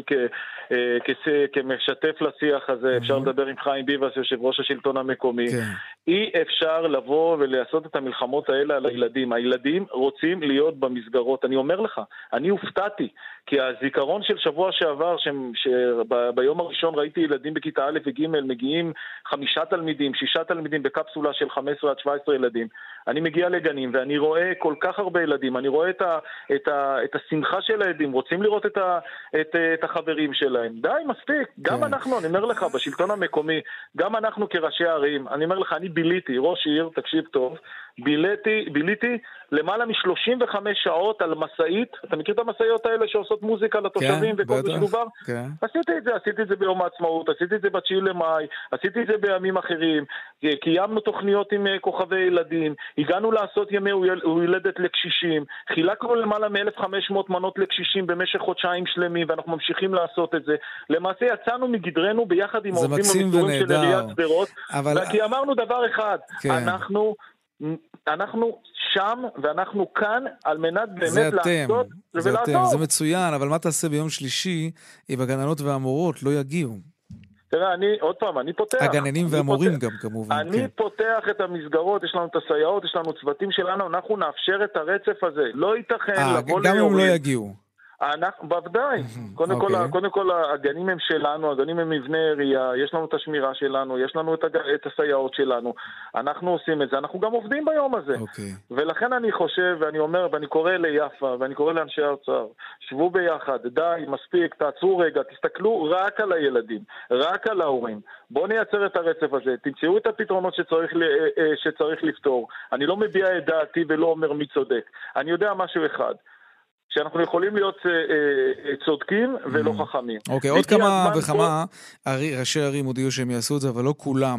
כמשתף לשיח הזה, אפשר לדבר עם חיים ביבס, יושב ראש השלטון המקומי. אי אפשר לבוא ולעשות את המלחמות האלה על הילדים. הילדים רוצים להיות במסגרות. אני אומר לך, אני הופתעתי, כי הזיכרון של שבוע שעבר, שביום הראשון ראיתי ילדים בכיתה א' וג' מגיעים 5 תלמידים, 6 תלמידים בקפסולה של 15 עד 17 ילדים. אני מגיע לגנים ואני רואה כל כך הרבה ילדים, אני רואה את השמחה של הילדים, רוצים לראות את החברים שלהם. די, מספיק. גם אנחנו, אני אומר לך, בשלטון המקומי, גם אנחנו כראשי הערים, אני אומר לך, אני ביליתי, ראש עיר, תקשיב טוב, ביליתי למעלה מ-35 שעות על מסעית. אתה מכיר את המסעיות האלה שעושות מוזיקה לתושבים וכל זה שדובר? עשיתי את זה ביום העצמאות, עשיתי את זה ב9 למאי, עשיתי את זה בימים אחרים, קיימנו תוכניות עם כוכבי ילדים, הגענו לעשות ימי הולדת לקשישים, חילקנו למעלה מ-1500 מנות לקשישים במשך חודשיים שלמים, ואנחנו ממשיכים לעשות את זה. למעשה יצאנו מגדרנו ביחד עם העובדים המסורים של עיריית שדרות, כי אמרנו דבר אחד, אנחנו שם ואנחנו כאן על מנת באמת לעשות ולעזור. זה מצוין, אבל מה תעשה ביום שלישי אם הגננות והמורות לא יגיעו? תראה, עוד פעם, אני פותח. הגננים והמורים גם כמובן. אני פותח את המסגרות, יש לנו את הסייעות, יש לנו צוותים שלנו, אנחנו נאפשר את הרצף הזה. לא ייתכן לבוא גם אם לא יגיעו. בוודאי. קודם כל, הגנים הם שלנו, הגנים הם מבנה עירייה, יש לנו את השמירה שלנו, יש לנו את הסייעות שלנו. אנחנו עושים את זה, אנחנו גם עובדים ביום הזה. ולכן אני חושב, ואני אומר, ואני קורא ליפה, ואני קורא לאנשי האוצר, שבו ביחד, די, מספיק, תעצרו רגע, תסתכלו רק על הילדים, רק על ההורים. בואו נייצר את הרצף הזה, תמצאו את הפתרונות שצריך לפתור. אני לא מביע את דעתי ולא אומר מי צודק. אני יודע משהו אחד. שאנחנו יכולים להיות צודקים ולא חכמים. אוקיי, עוד כמה וכמה ראשי ערים הודיעו שהם יעשו את זה, אבל לא כולם.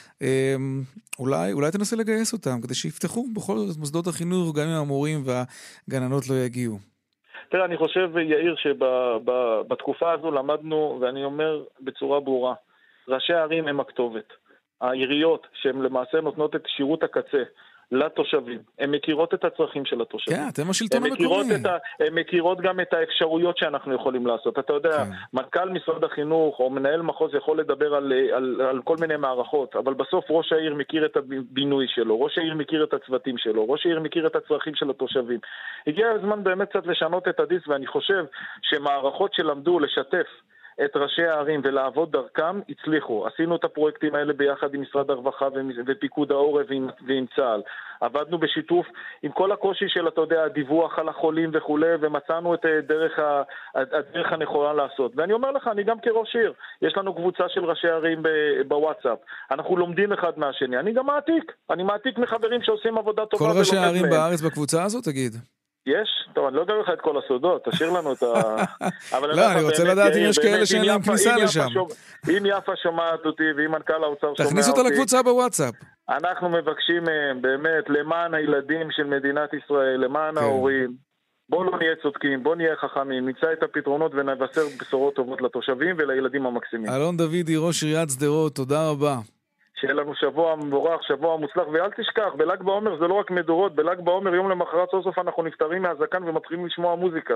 אולי תנסה לגייס אותם, כדי שיפתחו בכל זאת מוסדות החינוך, גם אם המורים והגננות לא יגיעו. תראה, אני חושב, יאיר, שבתקופה הזו למדנו, ואני אומר בצורה ברורה, ראשי הערים הם הכתובת. העיריות, שהן למעשה נותנות את שירות הקצה, לתושבים. הן מכירות את הצרכים של התושבים. כן, אתם השלטון המקומי. הן מכירות גם את האפשרויות שאנחנו יכולים לעשות. אתה יודע, מנכ"ל משרד החינוך או מנהל מחוז יכול לדבר על כל מיני מערכות, אבל בסוף ראש העיר מכיר את הבינוי שלו, ראש העיר מכיר את הצוותים שלו, ראש העיר מכיר את הצרכים של התושבים. הגיע הזמן באמת קצת לשנות את הדיס, ואני חושב שמערכות שלמדו לשתף את ראשי הערים ולעבוד דרכם, הצליחו. עשינו את הפרויקטים האלה ביחד עם משרד הרווחה ופיקוד העורף ועם צה"ל. עבדנו בשיתוף עם כל הקושי של, אתה יודע, הדיווח על החולים וכו', ומצאנו את הדרך הנכונה לעשות. ואני אומר לך, אני גם כראש עיר, יש לנו קבוצה של ראשי ערים בוואטסאפ. אנחנו לומדים אחד מהשני. אני גם מעתיק מחברים שעושים עבודה טובה. כל ראשי הערים בארץ בקבוצה הזאת, תגיד? יש? טוב, אני לא אגר לך את כל הסודות, תשאיר לנו את ה... לא, אני רוצה לדעת אם יש כאלה שאין להם כניסה לשם. אם יפה שומעת אותי, ואם מנכ"ל האוצר שומע אותי... תכניס אותה לקבוצה בוואטסאפ. אנחנו מבקשים מהם, באמת, למען הילדים של מדינת ישראל, למען ההורים, בואו לא נהיה צודקים, בואו נהיה חכמים, נמצא את הפתרונות ונבשר בשורות טובות לתושבים ולילדים המקסימים. אלון דוידי, ראש עיריית שדרות, תודה רבה. שיהיה לנו שבוע מבורך, שבוע מוצלח, ואל תשכח, בל"ג בעומר זה לא רק מדורות, בל"ג בעומר יום למחרת סוף אנחנו נפטרים מהזקן ומתחילים לשמוע מוזיקה.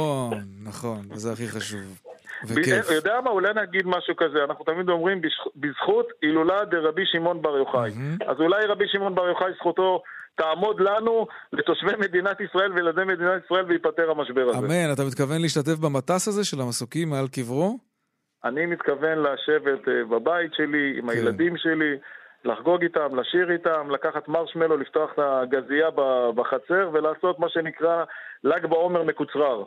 נכון, זה הכי חשוב. וכיף. יודע מה, אולי נגיד משהו כזה, אנחנו תמיד אומרים בזכות הילולה דרבי שמעון בר יוחאי. אז אולי רבי שמעון בר יוחאי זכותו תעמוד לנו, לתושבי מדינת ישראל וילדי מדינת ישראל, ויפטר המשבר הזה. אמן, אתה מתכוון להשתתף במטס הזה של המסוקים מעל קברו? אני מתכוון לשבת בבית שלי, עם הילדים שלי, לחגוג איתם, לשיר איתם, לקחת מרשמלו, לפתוח את הגזייה בחצר, ולעשות מה שנקרא ל"ג בעומר מקוצרר.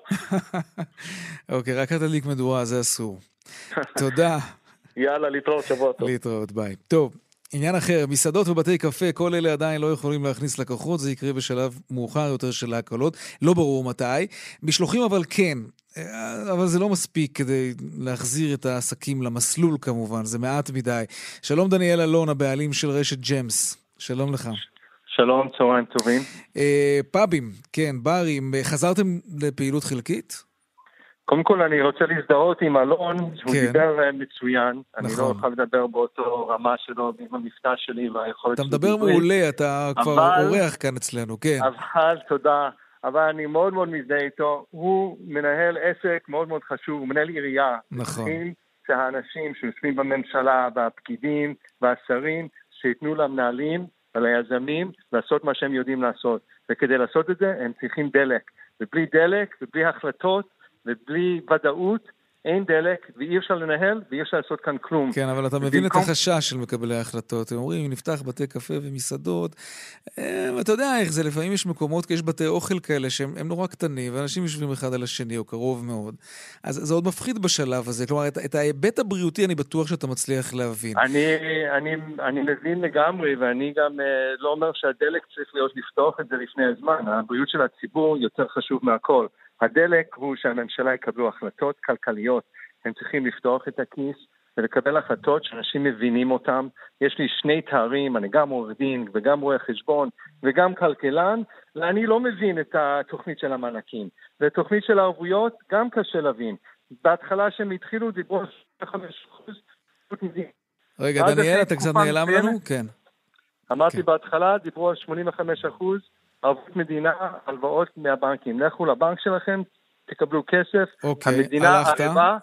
אוקיי, רק תדליק מדורה, זה אסור. תודה. יאללה, להתראות, שבוע טוב. להתראות, ביי. טוב. עניין אחר, מסעדות ובתי קפה, כל אלה עדיין לא יכולים להכניס לקוחות, זה יקרה בשלב מאוחר יותר של ההקלות, לא ברור מתי. משלוחים אבל כן, אבל זה לא מספיק כדי להחזיר את העסקים למסלול כמובן, זה מעט מדי. שלום דניאל אלון, הבעלים של רשת ג'מס, שלום לך. שלום, צהריים טובים. פאבים, כן, ברים, חזרתם לפעילות חלקית? קודם כל אני רוצה להזדהות עם אלון, שהוא דיבר מצוין, אני לא יכול לדבר באותו רמה שלו, עם המבטא שלי והיכולת... אתה מדבר מעולה, אתה כבר אורח כאן אצלנו, כן. אבל תודה, אבל אני מאוד מאוד מזדהה איתו, הוא מנהל עסק מאוד מאוד חשוב, הוא מנהל עירייה. נכון. שהאנשים שיושבים בממשלה, והפקידים והשרים, שיתנו למנהלים וליזמים לעשות מה שהם יודעים לעשות. וכדי לעשות את זה, הם צריכים דלק. ובלי דלק ובלי החלטות, ובלי ודאות, אין דלק, ואי אפשר לנהל, ואי אפשר לעשות כאן כלום. כן, אבל אתה מבין את החשש של מקבלי ההחלטות. הם אומרים, נפתח בתי קפה ומסעדות, ואתה יודע איך זה, לפעמים יש מקומות, כי יש בתי אוכל כאלה, שהם נורא קטנים, ואנשים יושבים אחד על השני, או קרוב מאוד. אז זה עוד מפחיד בשלב הזה. כלומר, את ההיבט הבריאותי, אני בטוח שאתה מצליח להבין. אני מבין לגמרי, ואני גם לא אומר שהדלק צריך להיות לפתוח את זה לפני הזמן. הבריאות של הציבור יותר חשוב מהכל. הדלק הוא שהממשלה יקבלו החלטות כלכליות. הם צריכים לפתוח את הכיס ולקבל החלטות שאנשים מבינים אותם. יש לי 2 תארים, אני גם עורך דין וגם רואה חשבון וגם כלכלן, ואני לא מבין את התוכנית של המענקים. והתוכנית של הערבויות גם קשה להבין. בהתחלה שהם התחילו דיברו 5%. רגע, דניאל, אתה קצת נעלם לנו? כן. אמרתי בהתחלה, דיברו על 85%. ערבות מדינה, הלוואות מהבנקים. לכו לבנק שלכם, תקבלו כסף. אוקיי, הלכת,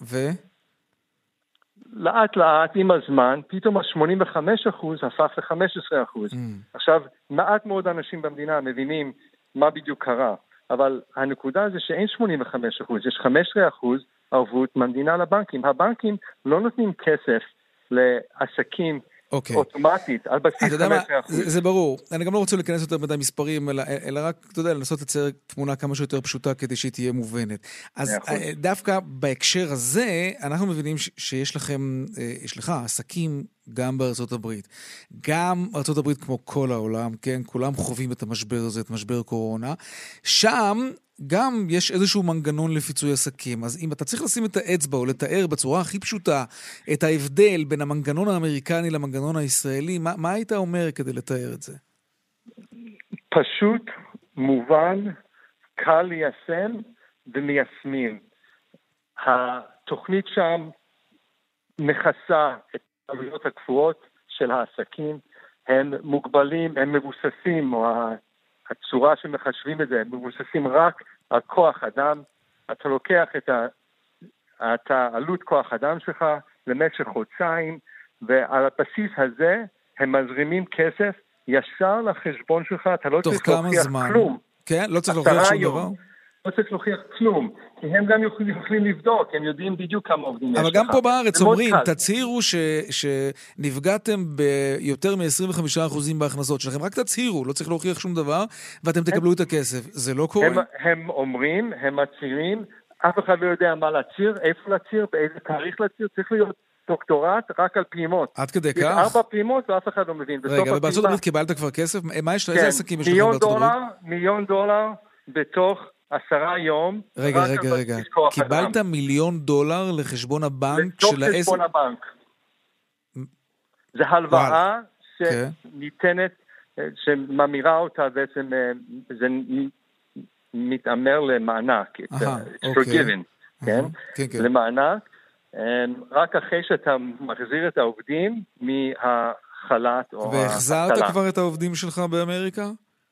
לאט לאט, עם הזמן, פתאום ה-85% הפך ל-15%. עכשיו, מעט מאוד אנשים במדינה מבינים מה בדיוק קרה, אבל הנקודה זה שאין 85%, יש 15% ערבות מהמדינה לבנקים. הבנקים לא נותנים כסף לעסקים אוטומטית, על בסיס 15%. זה ברור. אני גם לא רוצה להיכנס יותר מדי מספרים, אלא רק, אתה יודע, לנסות לצייר תמונה כמה שיותר פשוטה כדי שהיא תהיה מובנת. אז דווקא בהקשר הזה, אנחנו מבינים שיש לכם, יש לך עסקים גם בארצות הברית. גם ארצות הברית כמו כל העולם, כן? כולם חווים את המשבר הזה, את משבר קורונה. שם גם יש איזשהו מנגנון לפיצוי עסקים. אז אם אתה צריך לשים את האצבע או לתאר בצורה הכי פשוטה את ההבדל בין המנגנון האמריקני למנגנון הישראלי, מה היית אומר כדי לתאר את זה? פשוט, מובן, קל ליישם ומיישמים. התוכנית שם מכסה את העלויות הקבועות של העסקים, הם מוגבלים, הם מבוססים, או הצורה שמחשבים את זה, הם מבוססים רק על כוח אדם. אתה לוקח את העלות כוח אדם שלך למשך חודשיים, ועל הבסיס הזה הם מזרימים כסף ישר לחשבון שלך, אתה לא צריך להוכיח כלום. כן, לא צריך להוכיח שום דבר? לא צריך להוכיח כלום, כי הם גם יכולים לבדוק, הם יודעים בדיוק כמה עובדים יש לך. אבל גם פה בארץ אומרים, תצהירו שנפגעתם ביותר מ-25% בהכנסות שלכם, רק תצהירו, לא צריך להוכיח שום דבר, ואתם תקבלו את הכסף. זה לא קורה? הם אומרים, הם מצהירים, אף אחד לא יודע מה להצהיר, איפה להצהיר, באיזה תאריך להצהיר, צריך להיות דוקטורט רק על פעימות. עד כדי כך? יש 4 פעימות ואף אחד לא מבין. רגע, ובארצות הברית קיבלת כבר כסף? מה יש? איזה עסקים יש לכם בארצות הברית? $1,000,000 בתוך 10 יום. רגע. קיבלת $1,000,000 לחשבון הבנק של העסק? לתוך חשבון הבנק. זה הלוואה שניתנת, שממירה אותה בעצם, זה מתאמר למענק. It's forgiven, כן? למענק. רק אחרי שאתה מחזיר את העובדים מהחל"ת או... והחזרת כבר את העובדים שלך באמריקה?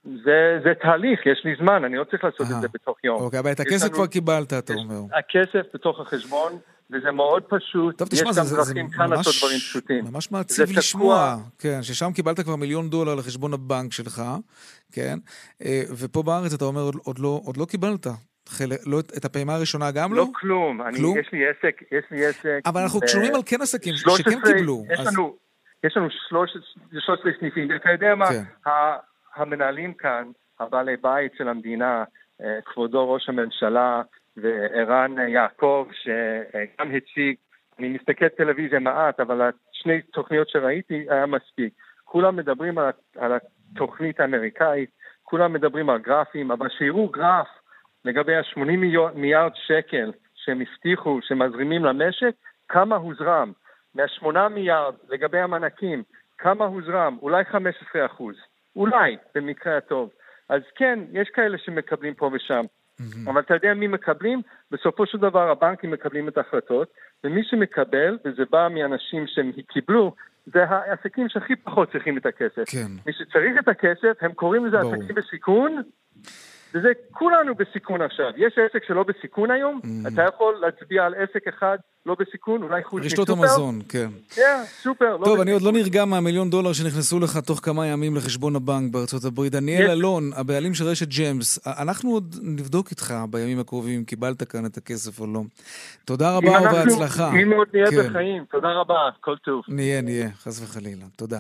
זה תהליך, יש לי זמן, אני לא צריך לעשות את זה בתוך יום. אוקיי, אבל את הכסף כבר קיבלת, אתה אומר. הכסף בתוך החשבון, וזה מאוד פשוט. טוב, תשמע, זה ממש מעציב לשמוע, כן, ששם קיבלת כבר $1,000,000 לחשבון הבנק שלך, כן, ופה בארץ אתה אומר, עוד לא קיבלת. את הפעימה הראשונה גם לא? לא כלום, יש לי עסק. אבל אנחנו קשורים על כן עסקים שכן קיבלו. יש לנו 13 סניפים, אתה יודע מה, המנהלים כאן, הבעלי בית של המדינה, כבודו ראש הממשלה וערן יעקב, שגם הציג, אני מסתכל טלוויזיה מעט, אבל שני תוכניות שראיתי היה מספיק. כולם מדברים על התוכנית האמריקאית, כולם מדברים על גרפים, אבל שיראו גרף לגבי $80 מיליארד שהם הבטיחו, שמזרימים למשק, כמה הוזרם. $8 מיליארד לגבי המענקים, כמה הוזרם? אולי 15%. אולי, במקרה הטוב. אז כן, יש כאלה שמקבלים פה ושם. אבל אתה יודע מי מקבלים? בסופו של דבר הבנקים מקבלים את ההחלטות, ומי שמקבל, וזה בא מאנשים שהם קיבלו, זה העסקים שהכי פחות צריכים את הכסף. כן. מי שצריך את הכסף, הם קוראים לזה עסקים בסיכון, וזה כולנו בסיכון עכשיו. יש עסק שלא בסיכון היום, אתה יכול להצביע על עסק אחד לא בסיכון, אולי חוץ מסופר. רשתות המזון, כן. סופר. טוב, אני עוד לא נרגע $1,000,000 שנכנסו לך תוך כמה ימים לחשבון הבנק בארצות הברית. דניאל אלון, הבעלים של רשת ג'מס, אנחנו עוד נבדוק איתך בימים הקרובים אם קיבלת כאן את הכסף או לא. תודה רבה ובהצלחה. אם עוד נהיה בחיים, תודה רבה, כל טוב. נהיה, חס וחלילה. תודה.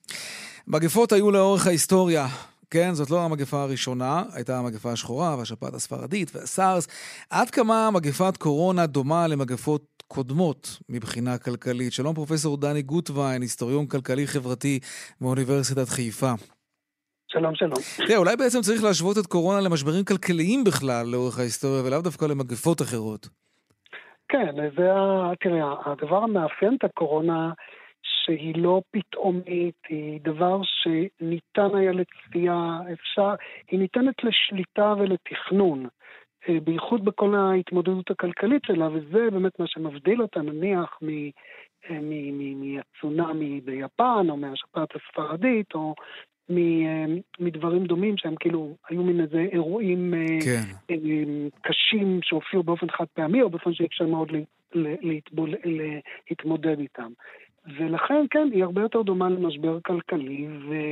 מגפות היו לאורך ההיסטוריה. כן, זאת לא המגפה הראשונה, הייתה המגפה השחורה והשפעת הספרדית והסארס. עד כמה מגפת קורונה דומה למגפות קודמות מבחינה כלכלית? שלום פרופסור דני גוטווין, היסטוריון כלכלי חברתי מאוניברסיטת חיפה. שלום. תראה, אולי בעצם צריך להשוות את קורונה למשברים כלכליים בכלל לאורך ההיסטוריה, ולאו דווקא למגפות אחרות. כן, תראה, הדבר המאפיין את הקורונה שהיא לא פתאומית, היא דבר שניתן היה לצפייה, היא ניתנת לשליטה ולתכנון, בייחוד בכל ההתמודדות הכלכלית שלה, וזה באמת מה שמבדיל אותה נניח מהצונאמי ביפן, או מהשפעת הספרדית, או מדברים דומים שהם כאילו היו מן איזה אירועים קשים שהופיעו באופן חד פעמי, או באופן שאפשר מאוד להתמודד איתם. ולכן, כן, היא הרבה יותר דומה למשבר כלכלי,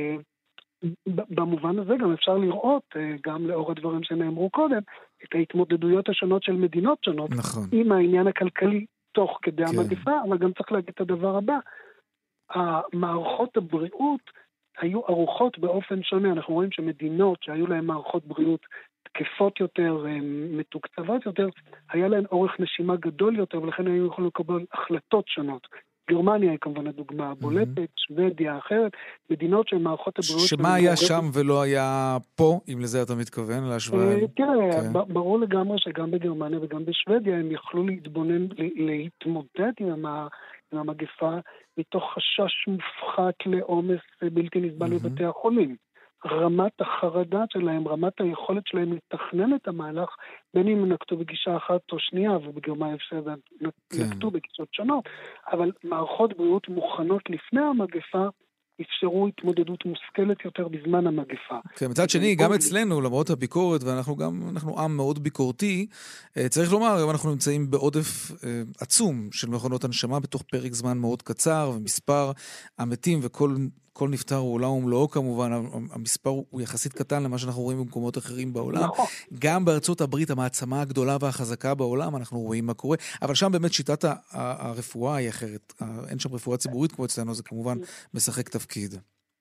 ובמובן הזה גם אפשר לראות, גם לאור הדברים שנאמרו קודם, את ההתמודדויות השונות של מדינות שונות, נכון. עם העניין הכלכלי תוך כדי המגפה, אבל גם צריך להגיד את הדבר הבא, המערכות הבריאות היו ערוכות באופן שונה, אנחנו רואים שמדינות שהיו להן מערכות בריאות תקפות יותר, מתוקצבות יותר, היה להן אורך נשימה גדול יותר, ולכן היו יכולים לקבל החלטות שונות. גרמניה היא כמובן הדוגמה הבולטת, שוודיה אחרת, מדינות של מערכות הבריאות... שמה היה שם ולא היה פה, אם לזה אתה מתכוון, להשוואה? תראה, ברור לגמרי שגם בגרמניה וגם בשוודיה הם יכלו להתמודד עם המגפה מתוך חשש מופחת לעומס בלתי נסבל בבתי החולים. רמת החרדה שלהם, רמת היכולת שלהם לתכנן את המהלך, בין אם נקטו בגישה אחת או שנייה, ובגרמניה נקטו בגישות שונות, אבל מערכות בריאות מוכנות לפני המגפה, אפשרו התמודדות מושכלת יותר בזמן המגפה. כן, מצד שני, גם אצלנו, למרות הביקורת, ואנחנו עם מאוד ביקורתי, צריך לומר, היום אנחנו נמצאים בעודף עצום של מכונות הנשמה בתוך פרק זמן מאוד קצר, ומספר המתים וכל כל נפטר הוא עולם ומלואו כמובן, המספר הוא יחסית קטן למה שאנחנו רואים במקומות אחרים בעולם. גם בארצות הברית, המעצמה הגדולה והחזקה בעולם, אנחנו רואים מה קורה, אבל שם באמת שיטת הרפואה היא אחרת. אין שם רפואה ציבורית כמו אצלנו, זה כמובן משחק תפקיד.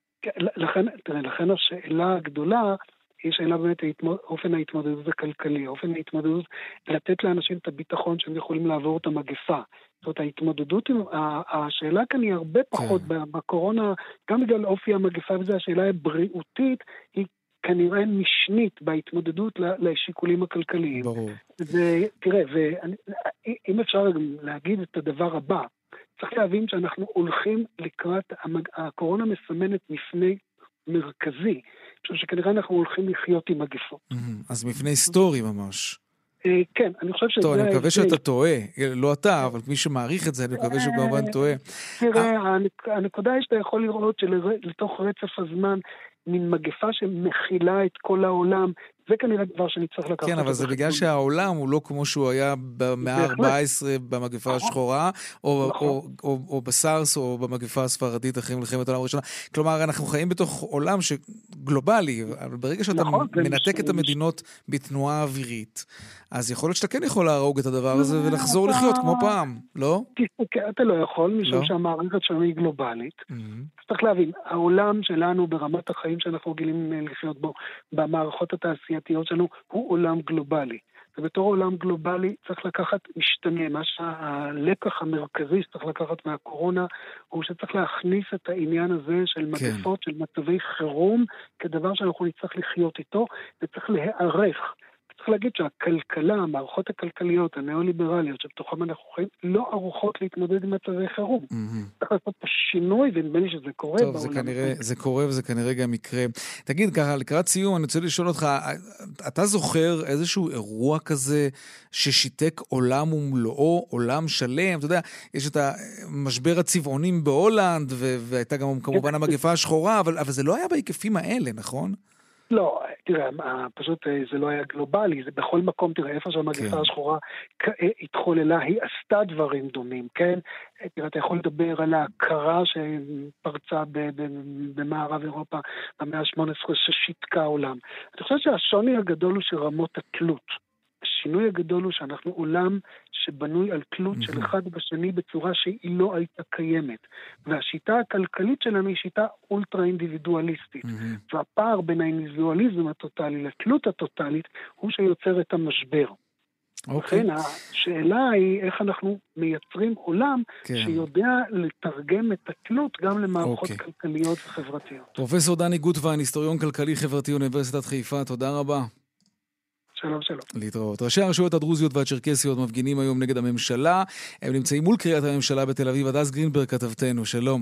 לכן השאלה הגדולה, היא שאלה באמת אופן ההתמודדות הכלכלי, אופן ההתמודדות לתת לאנשים את הביטחון שהם יכולים לעבור את המגפה. זאת אומרת, ההתמודדות, השאלה כאן היא הרבה פחות בקורונה, גם בגלל אופי המגפה וזה, השאלה הבריאותית היא כנראה משנית בהתמודדות לשיקולים הכלכליים. ברור. תראה, אם אפשר להגיד את הדבר הבא, צריך להבין שאנחנו הולכים לקראת, הקורונה מסמנת מפני מרכזי, שכנראה אנחנו הולכים לחיות עם מגפות. אז מפני היסטורי ממש. כן, אני חושב שזה... טוב, אני מקווה שאתה טועה, לא אתה, אבל מי שמעריך את זה, אני מקווה שהוא כמובן טועה. תראה, הנקודה היא שאתה יכול לראות שלתוך רצף הזמן, מין מגפה שמכילה את כל העולם, זה כנראה דבר שאני צריך לקחת. כן, אבל זה בגלל שהעולם הוא לא כמו שהוא היה במאה ה-14 במגפה השחורה, או בסארס, או במגפה הספרדית אחרי מלחמת העולם הראשונה. כלומר, אנחנו חיים בתוך עולם גלובלי, אבל ברגע שאתה מנתק את המדינות בתנועה אווירית, אז יכול להיות שאתה כן יכול להרוג את הדבר הזה ולחזור לחיות כמו פעם, לא? אתה לא יכול, משום שהמערכת שלנו היא גלובלית. צריך להבין, העולם שלנו ברמת החיים שאנחנו רגילים לחיות בו, במערכות התעשייתיות שלנו, הוא עולם גלובלי. ובתור עולם גלובלי צריך לקחת משתנה. מה שהלקח המרכזי שצריך לקחת מהקורונה, הוא שצריך להכניס את העניין הזה של מגפות, של מצבי חירום, כדבר שאנחנו נצטרך לחיות איתו, וצריך להיערך. צריך להגיד שהכלכלה, המערכות הכלכליות, הנאו-ליברליות, שבתוכם אנחנו חיים, לא ערוכות להתמודד עם מצבי חירום. צריך לעשות פה שינוי, ונדמה לי שזה קורה. טוב, זה קורה וזה כנראה גם יקרה. תגיד, ככה, לקראת סיום, אני רוצה לשאול אותך, אתה זוכר איזשהו אירוע כזה ששיתק עולם ומלואו, עולם שלם? אתה יודע, יש את המשבר הצבעונים בהולנד, והייתה גם כמובן המגפה השחורה, אבל זה לא היה בהיקפים האלה, נכון? לא, תראה, פשוט זה לא היה גלובלי, זה בכל מקום, תראה, איפה שהמגפה השחורה התחוללה, היא עשתה דברים דומים, כן? תראה, אתה יכול לדבר על ההכרה שפרצה במערב אירופה במאה ה-18 ששיתקה עולם. אני חושב שהשוני הגדול הוא שרמות התלות. השינוי הגדול הוא שאנחנו עולם שבנוי על תלות של אחד בשני בצורה שהיא לא הייתה קיימת. והשיטה הכלכלית שלנו היא שיטה אולטרה אינדיבידואליסטית. והפער בין האינדיבידואליזם הטוטלי לתלות הטוטלית הוא שיוצר את המשבר. לכן השאלה היא איך אנחנו מייצרים עולם שיודע לתרגם את התלות גם למערכות כלכליות וחברתיות. פרופסור דני גוטווין, היסטוריון כלכלי חברתי אוניברסיטת חיפה, תודה רבה. שלום, שלום. להתראות. ראשי הרשויות הדרוזיות והצ'רקסיות מפגינים היום נגד הממשלה. הם נמצאים מול קריית הממשלה בתל אביב. הדס גרינברג כתבתנו, שלום.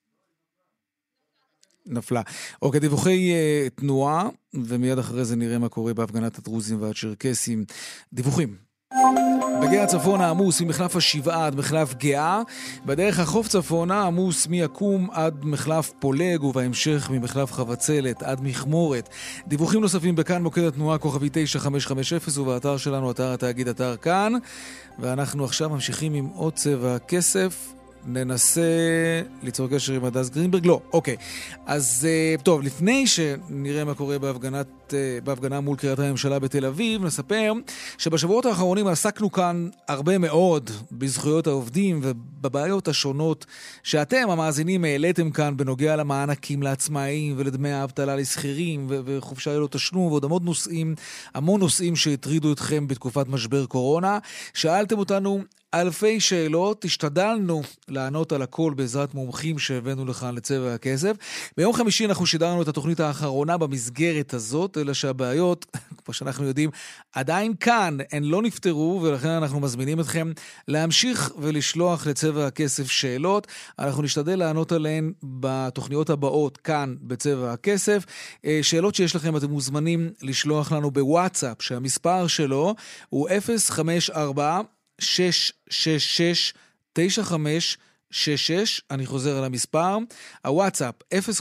נפלה. אוקיי, דיווחי תנועה, ומיד אחרי זה נראה מה קורה בהפגנת הדרוזים והצ'רקסים. דיווחים. בגאה צפונה עמוס ממחלף השבעה עד מחלף גאה, בדרך החוף צפונה עמוס מיקום עד מחלף פולג, ובהמשך ממחלף חבצלת עד מחמורת. דיווחים נוספים בכאן מוקד התנועה כוכבי 9550 ובאתר שלנו, אתר התאגיד, אתר כאן. ואנחנו עכשיו ממשיכים עם עוד צבע כסף. ננסה ליצור קשר עם הדס גרינברג. לא, אוקיי. אז טוב, לפני שנראה מה קורה בהפגנה מול קריית הממשלה בתל אביב, נספר שבשבועות האחרונים עסקנו כאן הרבה מאוד בזכויות העובדים ובבעיות השונות שאתם, המאזינים, העליתם כאן בנוגע למענקים לעצמאים ולדמי האבטלה לשכירים וחופשה ללא תשלום ועוד המון נושאים שהטרידו אתכם בתקופת משבר קורונה. שאלתם אותנו אלפי שאלות, השתדלנו לענות על הכל בעזרת מומחים שהבאנו לכאן לצבע הכסף. ביום חמישי אנחנו שידרנו את התוכנית האחרונה במסגרת הזאת, אלא שהבעיות, כמו שאנחנו יודעים, עדיין כאן, הן לא נפתרו, ולכן אנחנו מזמינים אתכם להמשיך ולשלוח לצבע הכסף שאלות. אנחנו נשתדל לענות עליהן בתוכניות הבאות כאן בצבע הכסף. שאלות שיש לכם אתם מוזמנים לשלוח לנו בוואטסאפ, שהמספר שלו הוא 054 666-9566, אני חוזר על המספר, הוואטסאפ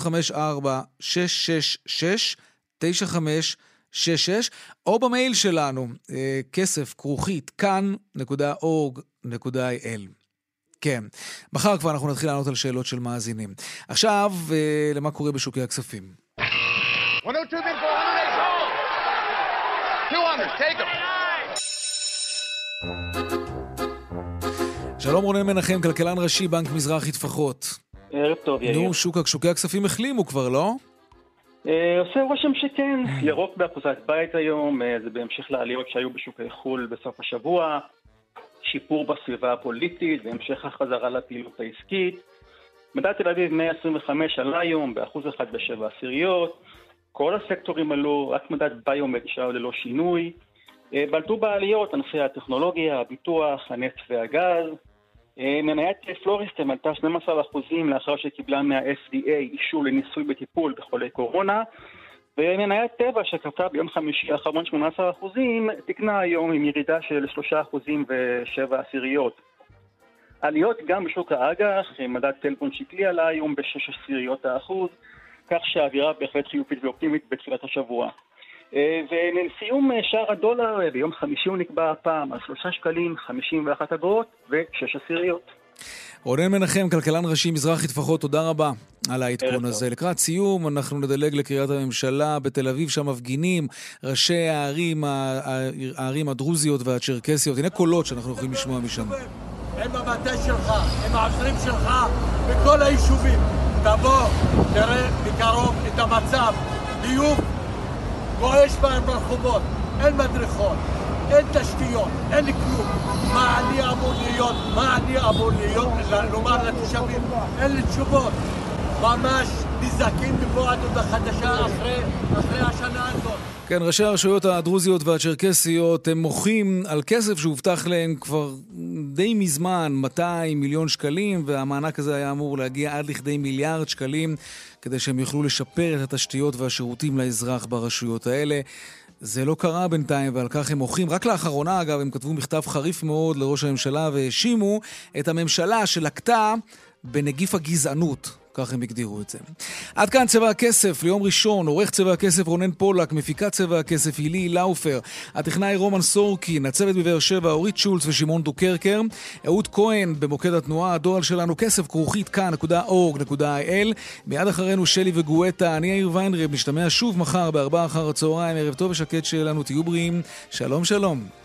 054-666-9566, או במייל שלנו, כסף כרוכית כאן.org.il. כן. מחר כבר אנחנו נתחיל לענות על שאלות של מאזינים. עכשיו, למה קורה בשוקי הכספים? 102, 200, take them. שלום רונן מנחם, כלכלן ראשי, בנק מזרחי טפחות. ערב טוב, יאיר. נו, שוקי הכספים החלימו כבר, לא? עושה רושם שכן. ירוק באחוזת בית היום, זה בהמשך לעליות שהיו בשוקי חול בסוף השבוע, שיפור בסביבה הפוליטית, והמשך החזרה לפעילות העסקית. מדד תל אביב 125 עלה היום ב1.7%. כל הסקטורים עלו, רק מדד ביומט נשאר ללא שינוי. בלטו בעליות, ענפי הטכנולוגיה, הביטוח, הנפט והגז. מניית פלוריסטם עלתה 12% לאחר שקיבלה מה-FDA אישור לניסוי בטיפול בחולי קורונה, ומניית טבע שקפתה ביום חמישי האחרון 18% תקנה היום עם ירידה של 3.7%. עליות גם בשוק האג"ח, מדד טלפון שקלי עלה היום ב6%, כך שהאווירה בהחלט חיובית ואופטימית בתחילת השבוע. ולסיום שער הדולר ביום חמישי הוא נקבע הפעם על 3 שקלים 51 אגורות ו6 עשיריות. רונן מנחם, כלכלן ראשי מזרחי טפחות, תודה רבה על העדכון הזה. לקראת סיום אנחנו נדלג לקריית הממשלה בתל אביב, שם מפגינים ראשי הערים הדרוזיות והצ'רקסיות. הנה קולות שאנחנו יכולים לשמוע משם. הם במטה שלך, הם העוזרים שלך בכל היישובים. תבוא, תראה מקרוב את המצב. ביוב גועש בהם ברחובות, אין מדרכות, אין תשתיות, אין כלום. מה אני אמור להיות, לומר לתושבים? אין לי תשובות. ממש נזקים מפה עד עוד החדשה אחרי השנה הזאת. כן, ראשי הרשויות הדרוזיות והצ'רקסיות הם מוחים על כסף שהובטח להם כבר די מזמן, 200 מיליון שקלים, והמענק הזה היה אמור להגיע עד לכדי מיליארד שקלים, כדי שהם יוכלו לשפר את התשתיות והשירותים לאזרח ברשויות האלה. זה לא קרה בינתיים, ועל כך הם מוחים. רק לאחרונה, אגב, הם כתבו מכתב חריף מאוד לראש הממשלה, והאשימו את הממשלה שלקתה בנגיף הגזענות. כך הם הגדירו את זה. עד כאן צבע הכסף ליום ראשון. עורך צבע הכסף רונן פולק, מפיקת צבע הכסף הילי לאופר, הטכנאי רומן סורקין, הצוות בבאר שבע אורית שולץ ושמעון דוקרקר, אהוד כהן במוקד התנועה, הדואל שלנו כסף@כאן.org.il. מיד אחרינו שלי וגואטה, אני יאיר ויינרב, נשתמע שוב מחר ב4 אחר הצהריים. ערב טוב ושקט שלנו, תהיו בריאים, שלום שלום.